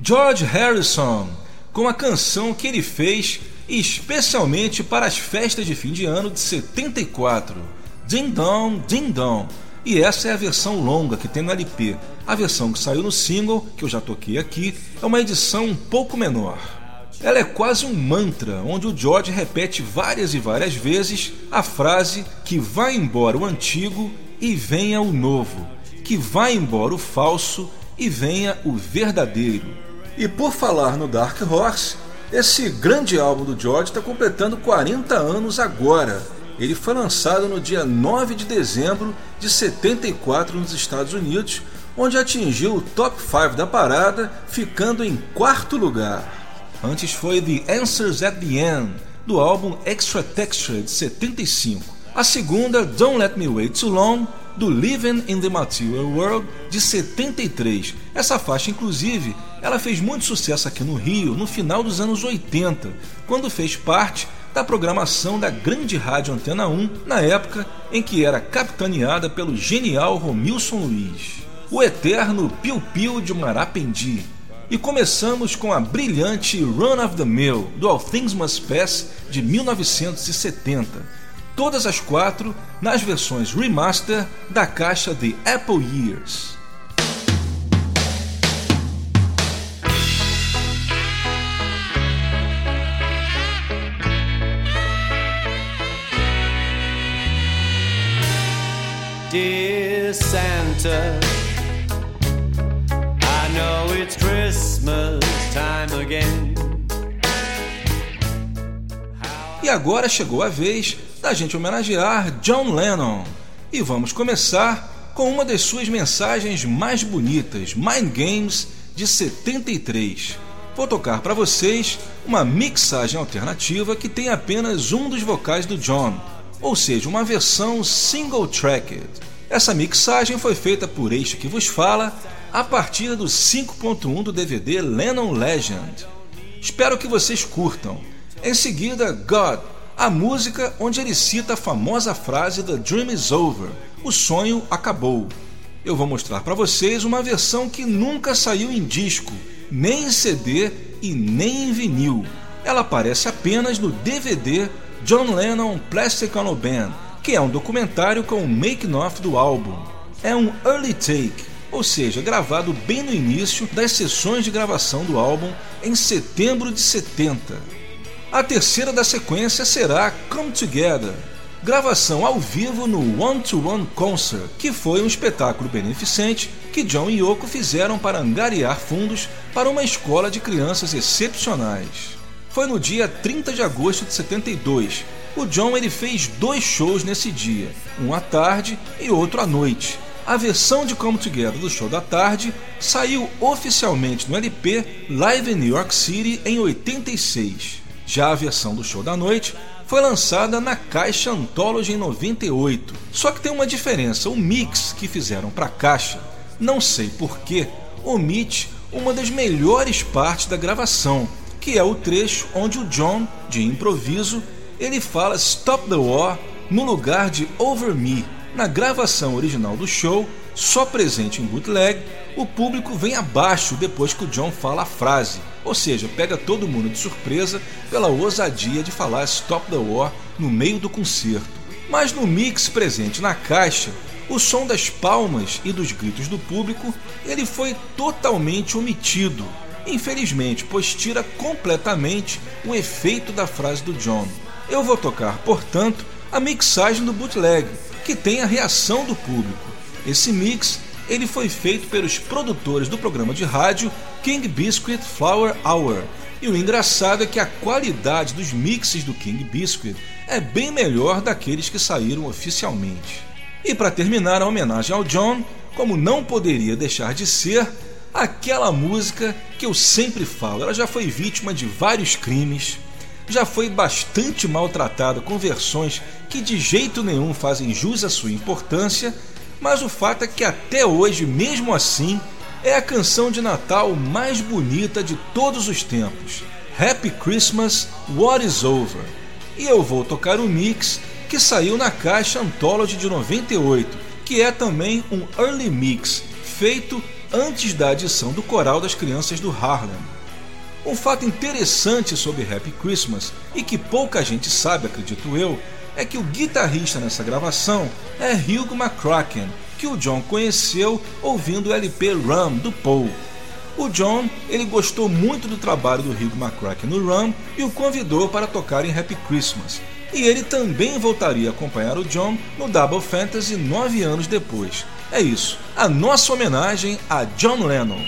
George Harrison, com a canção que ele fez especialmente para as festas de fim de ano de 74, Ding Dong, Ding Dong. E essa é a versão longa que tem no LP. A versão que saiu no single, que eu já toquei aqui, é uma edição um pouco menor. Ela é quase um mantra, onde o George repete várias e várias vezes a frase que vai embora o antigo e venha o novo, que vai embora o falso e venha o verdadeiro. E por falar no Dark Horse, esse grande álbum do George está completando 40 anos agora. Ele foi lançado no dia 9 de dezembro de 74 nos Estados Unidos, onde atingiu o top 5 da parada, ficando em 4º lugar. Antes foi The Answers at the End, do álbum Extra Texture de 75. A segunda, Don't Let Me Wait Too Long, do Living in the Material World de 73. Essa faixa, inclusive, ela fez muito sucesso aqui no Rio no final dos anos 80, quando fez parte da programação da grande rádio Antena 1, na época em que era capitaneada pelo genial Romilson Luiz, o eterno Piu-Piu de Marapendi. E começamos com a brilhante Run of the Mill, do All Things Must Pass, de 1970. Todas as 4 nas versões remaster da caixa The Apple Years. Dear Santa, I know it's Christmas time again. E agora chegou a vez da gente homenagear John Lennon. E vamos começar com uma das suas mensagens mais bonitas, Mind Games, de 73. Vou tocar para vocês uma mixagem alternativa que tem apenas um dos vocais do John, ou seja, uma versão single-tracked. Essa mixagem foi feita por este que vos fala a partir do 5.1 do DVD Lennon Legend. Espero que vocês curtam. Em seguida, God, a música onde ele cita a famosa frase The Dream is Over, o sonho acabou. Eu vou mostrar para vocês uma versão que nunca saiu em disco, nem em CD e nem em vinil. Ela aparece apenas no DVD John Lennon Plastic Ono Band, que é um documentário com o making-of do álbum. É um early take, ou seja, gravado bem no início das sessões de gravação do álbum em setembro de 70. A terceira da sequência será Come Together, gravação ao vivo no One to One Concert, que foi um espetáculo beneficente que John e Yoko fizeram para angariar fundos para uma escola de crianças excepcionais. Foi no dia 30 de agosto de 72. O John ele fez 2 shows nesse dia, um à tarde e outro à noite. A versão de Come Together do show da tarde saiu oficialmente no LP Live in New York City em 86. Já a versão do show da noite foi lançada na caixa Anthology em 98. Só que tem uma diferença, o mix que fizeram para a caixa, não sei porquê, omite uma das melhores partes da gravação, que é o trecho onde o John, de improviso, ele fala Stop the War no lugar de Over Me. Na gravação original do show, só presente em bootleg, o público vem abaixo depois que o John fala a frase, ou seja, pega todo mundo de surpresa pela ousadia de falar Stop the War no meio do concerto. Mas no mix presente na caixa, o som das palmas e dos gritos do público ele foi totalmente omitido, infelizmente, pois tira completamente o efeito da frase do John. Eu vou tocar, portanto, a mixagem do bootleg, que tem a reação do público. Esse mix ele foi feito pelos produtores do programa de rádio King Biscuit Flower Hour. E o engraçado é que a qualidade dos mixes do King Biscuit é bem melhor daqueles que saíram oficialmente. E para terminar a homenagem ao John, como não poderia deixar de ser, aquela música que eu sempre falo, ela já foi vítima de vários crimes, já foi bastante maltratada com versões que de jeito nenhum fazem jus à sua importância, mas o fato é que até hoje, mesmo assim, é a canção de Natal mais bonita de todos os tempos. Happy Christmas, What is Over. E eu vou tocar o mix que saiu na caixa Anthology de 98, que é também um early mix, feito antes da adição do coral das crianças do Harlem. Um fato interessante sobre Happy Christmas, e que pouca gente sabe, acredito eu, é que o guitarrista nessa gravação é Hugh McCracken, que o John conheceu ouvindo o LP Rum do Paul. O John ele gostou muito do trabalho do Hugh McCracken no Rum e o convidou para tocar em Happy Christmas. E ele também voltaria a acompanhar o John no Double Fantasy 9 anos depois. É isso, a nossa homenagem a John Lennon.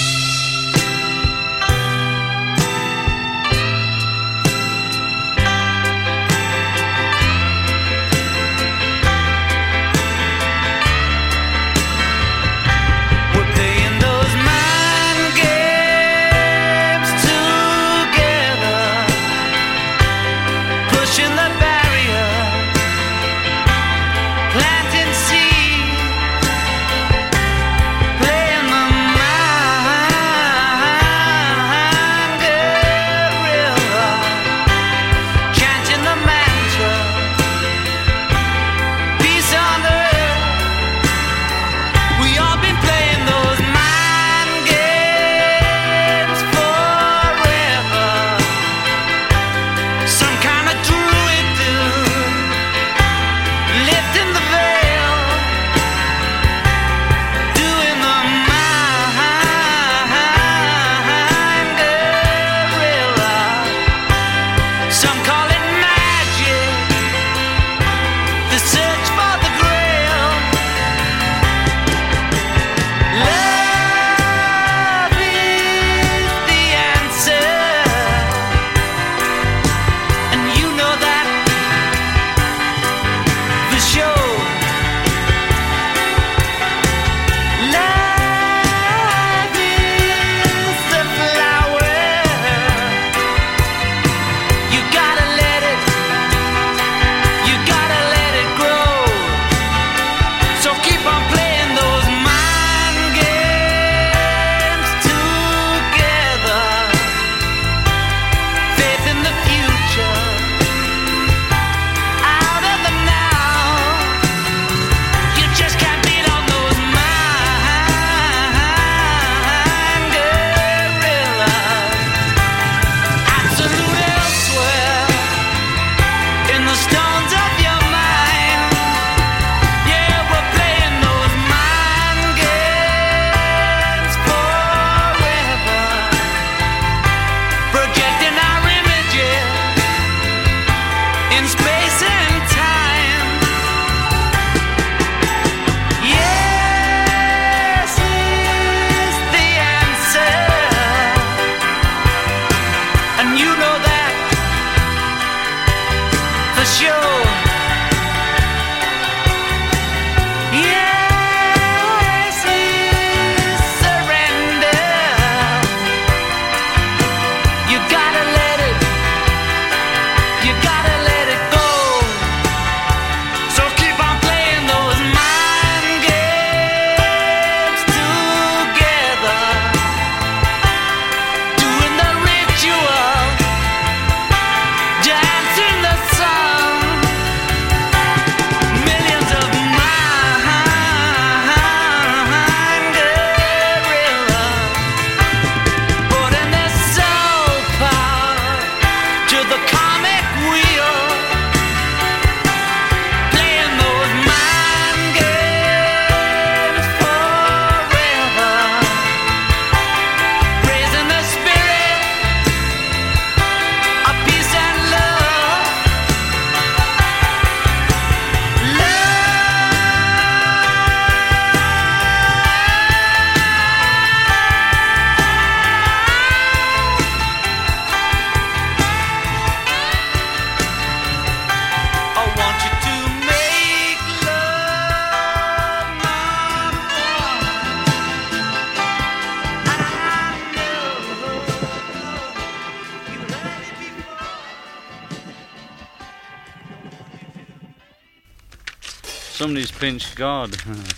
Somebody's pinched God.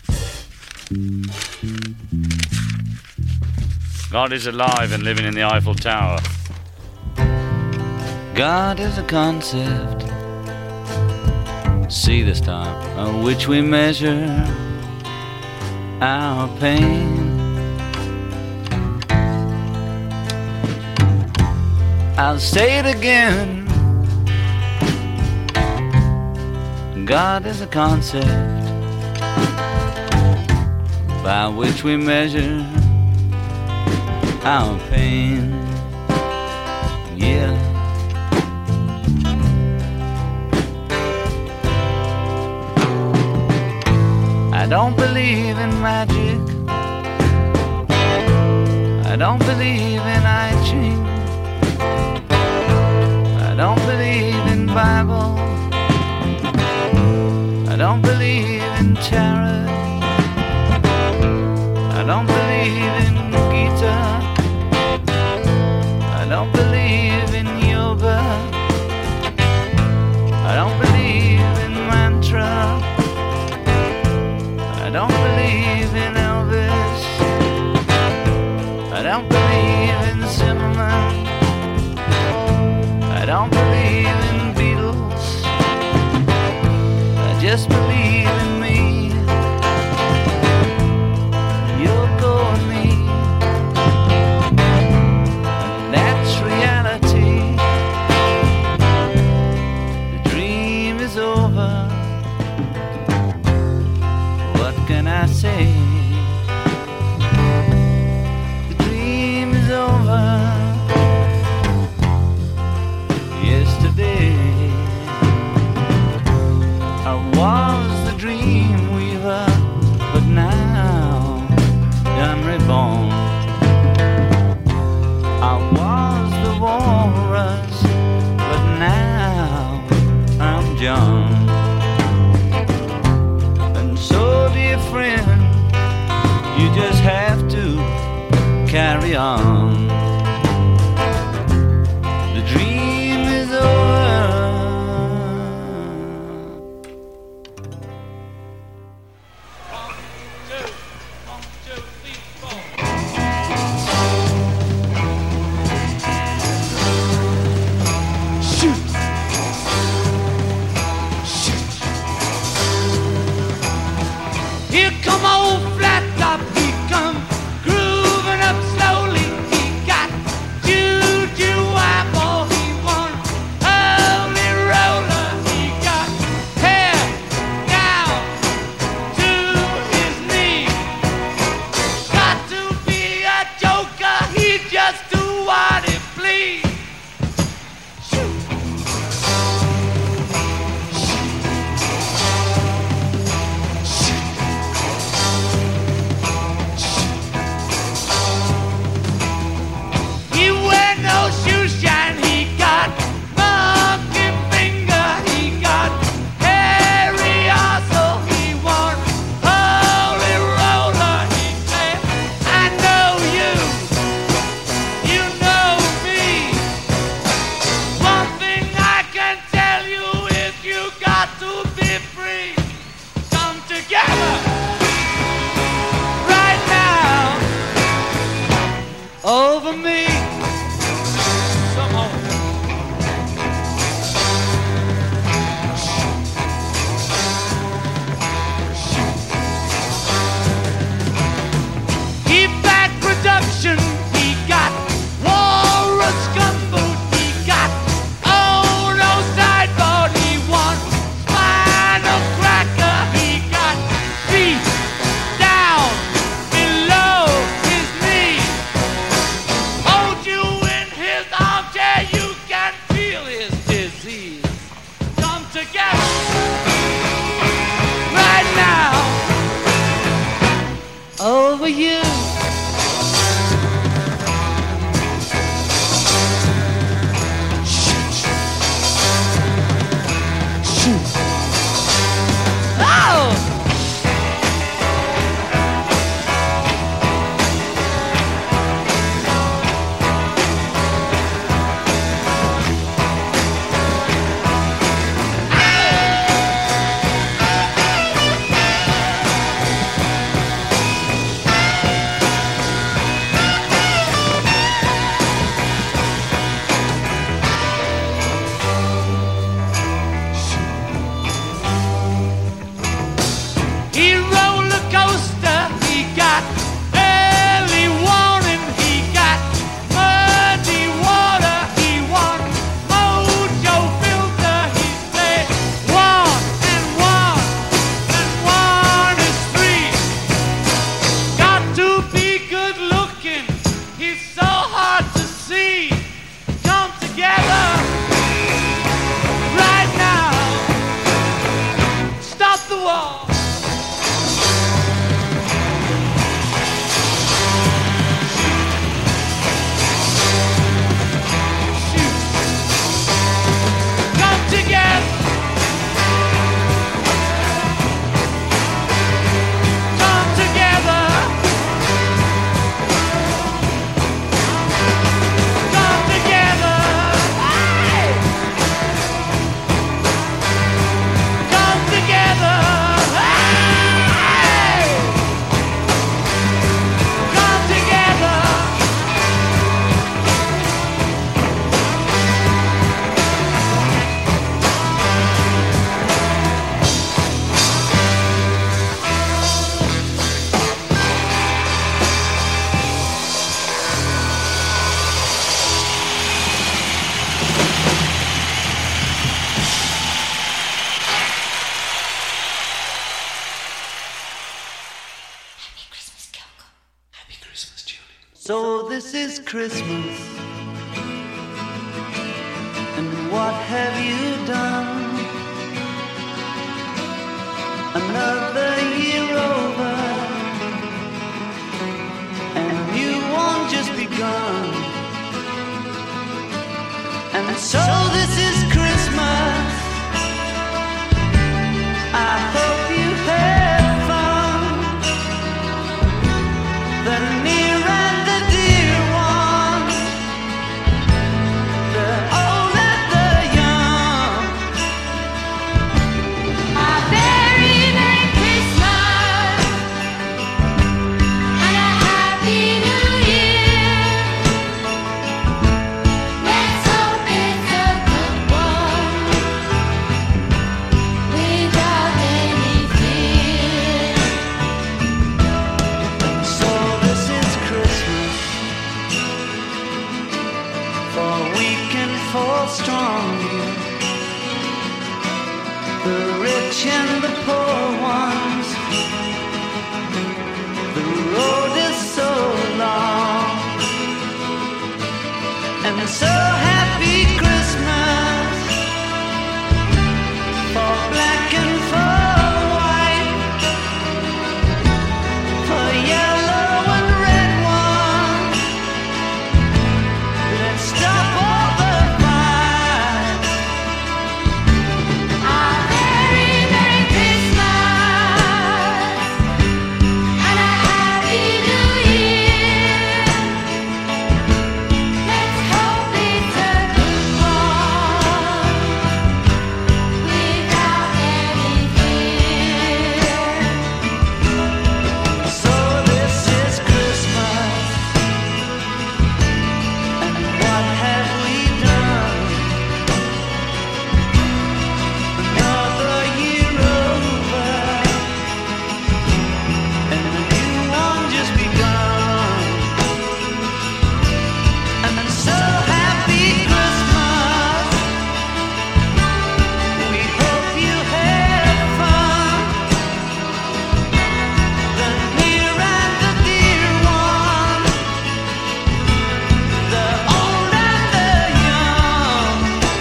God is alive and living in the Eiffel Tower. God is a concept. See the star on which we measure our pain. I'll say it again. God is a concept by which we measure our pain. Yeah. I don't believe in magic. I don't believe in I Ching. I don't believe in Bible. I don't believe in tarot. I don't believe in Gita. I don't believe in yoga. I don't believe in mantra. I don't believe in Elvis. I don't believe in Zimmerman. I don't believe in Beatles. I just believe in me. Yoko and me. And that's reality. The dream is over. What can I say? The dream is over. Yesterday I was the dream weaver, but now I'm reborn. I was the walrus, but now I'm John. And so, dear friend, you just have to carry on. The dream is over. Here come old flat top, he come grooving up slowly. He got juju apple, he won holy roller. He got hair down to his knee. Got to be a joker, he just do what he please. He wear no shoe shine, he got monkey finger, he got hairy also, he won holy roller. He said, I know you, you know me. One thing I can tell you, if you got to be free, come together right now over me. Somehow. He back production, he got walrus gumboot, he got oh no sideboard, he won spinal cracker, he got feet down below his knee. Hold you in his armchair, you can feel his disease. Come together right now over you. So this is Christmas, and what have you done? Another year over, and you won't just begun. And so this is Christmas. I hope you had fun. The near and the dear ones, the old and the young. A very Merry Christmas and a Happy New Year. Let's hope it's a good one without any fear. So this is Christmas for weak and for strong, the rich and the poor ones. The road is so long, and so happy Christmas for black and for white, for yellow and red ones. Let's stop all the fights. A very Merry Christmas and a Happy New Year. Let's hope it's a good one without any fear. So this is Christmas, and what have we done? Another year over, and a new one just begun. And so happy Christmas. We hope you had fun. The near and the dear one, the old and the young.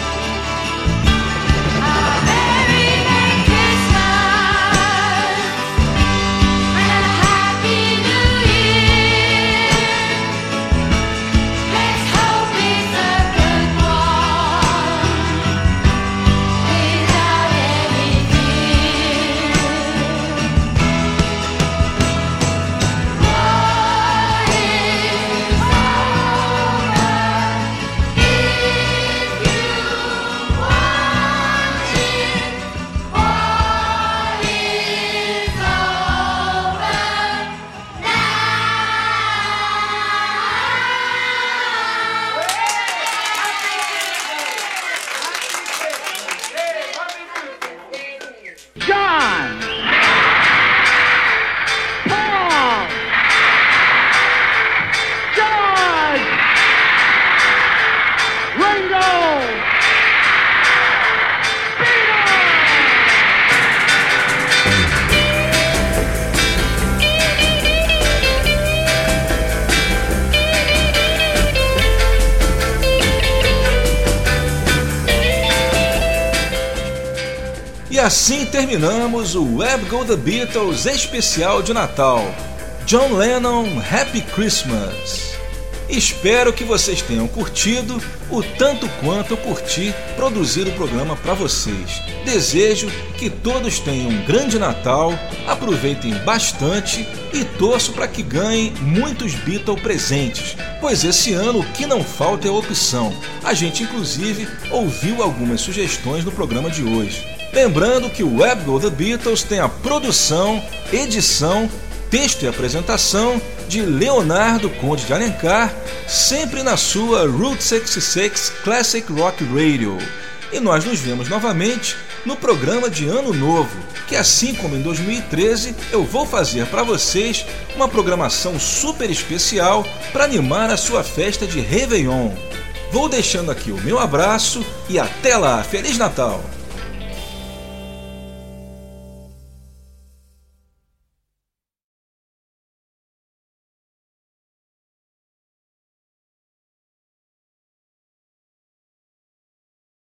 A very Merry Christmas and a Happy New Year. Let's hope it's a good one without any fear. War is John, Paul, George, Ringo, E assim terminamos o Web Go The Beatles especial de Natal. John Lennon, Happy Christmas. Espero que vocês tenham curtido o tanto quanto eu curti produzir o programa para vocês. Desejo que todos tenham um grande Natal, aproveitem bastante e torço para que ganhem muitos Beatles presentes, pois esse ano o que não falta é opção. A gente inclusive ouviu algumas sugestões no programa de hoje. Lembrando que o Web Go The Beatles tem a produção, edição, texto e apresentação de Leonardo Conde de Alencar, sempre na sua Route 66 Classic Rock Radio. E nós nos vemos novamente no programa de Ano Novo, que assim como em 2013, eu vou fazer para vocês uma programação super especial para animar a sua festa de Réveillon. Vou deixando aqui o meu abraço e até lá, Feliz Natal!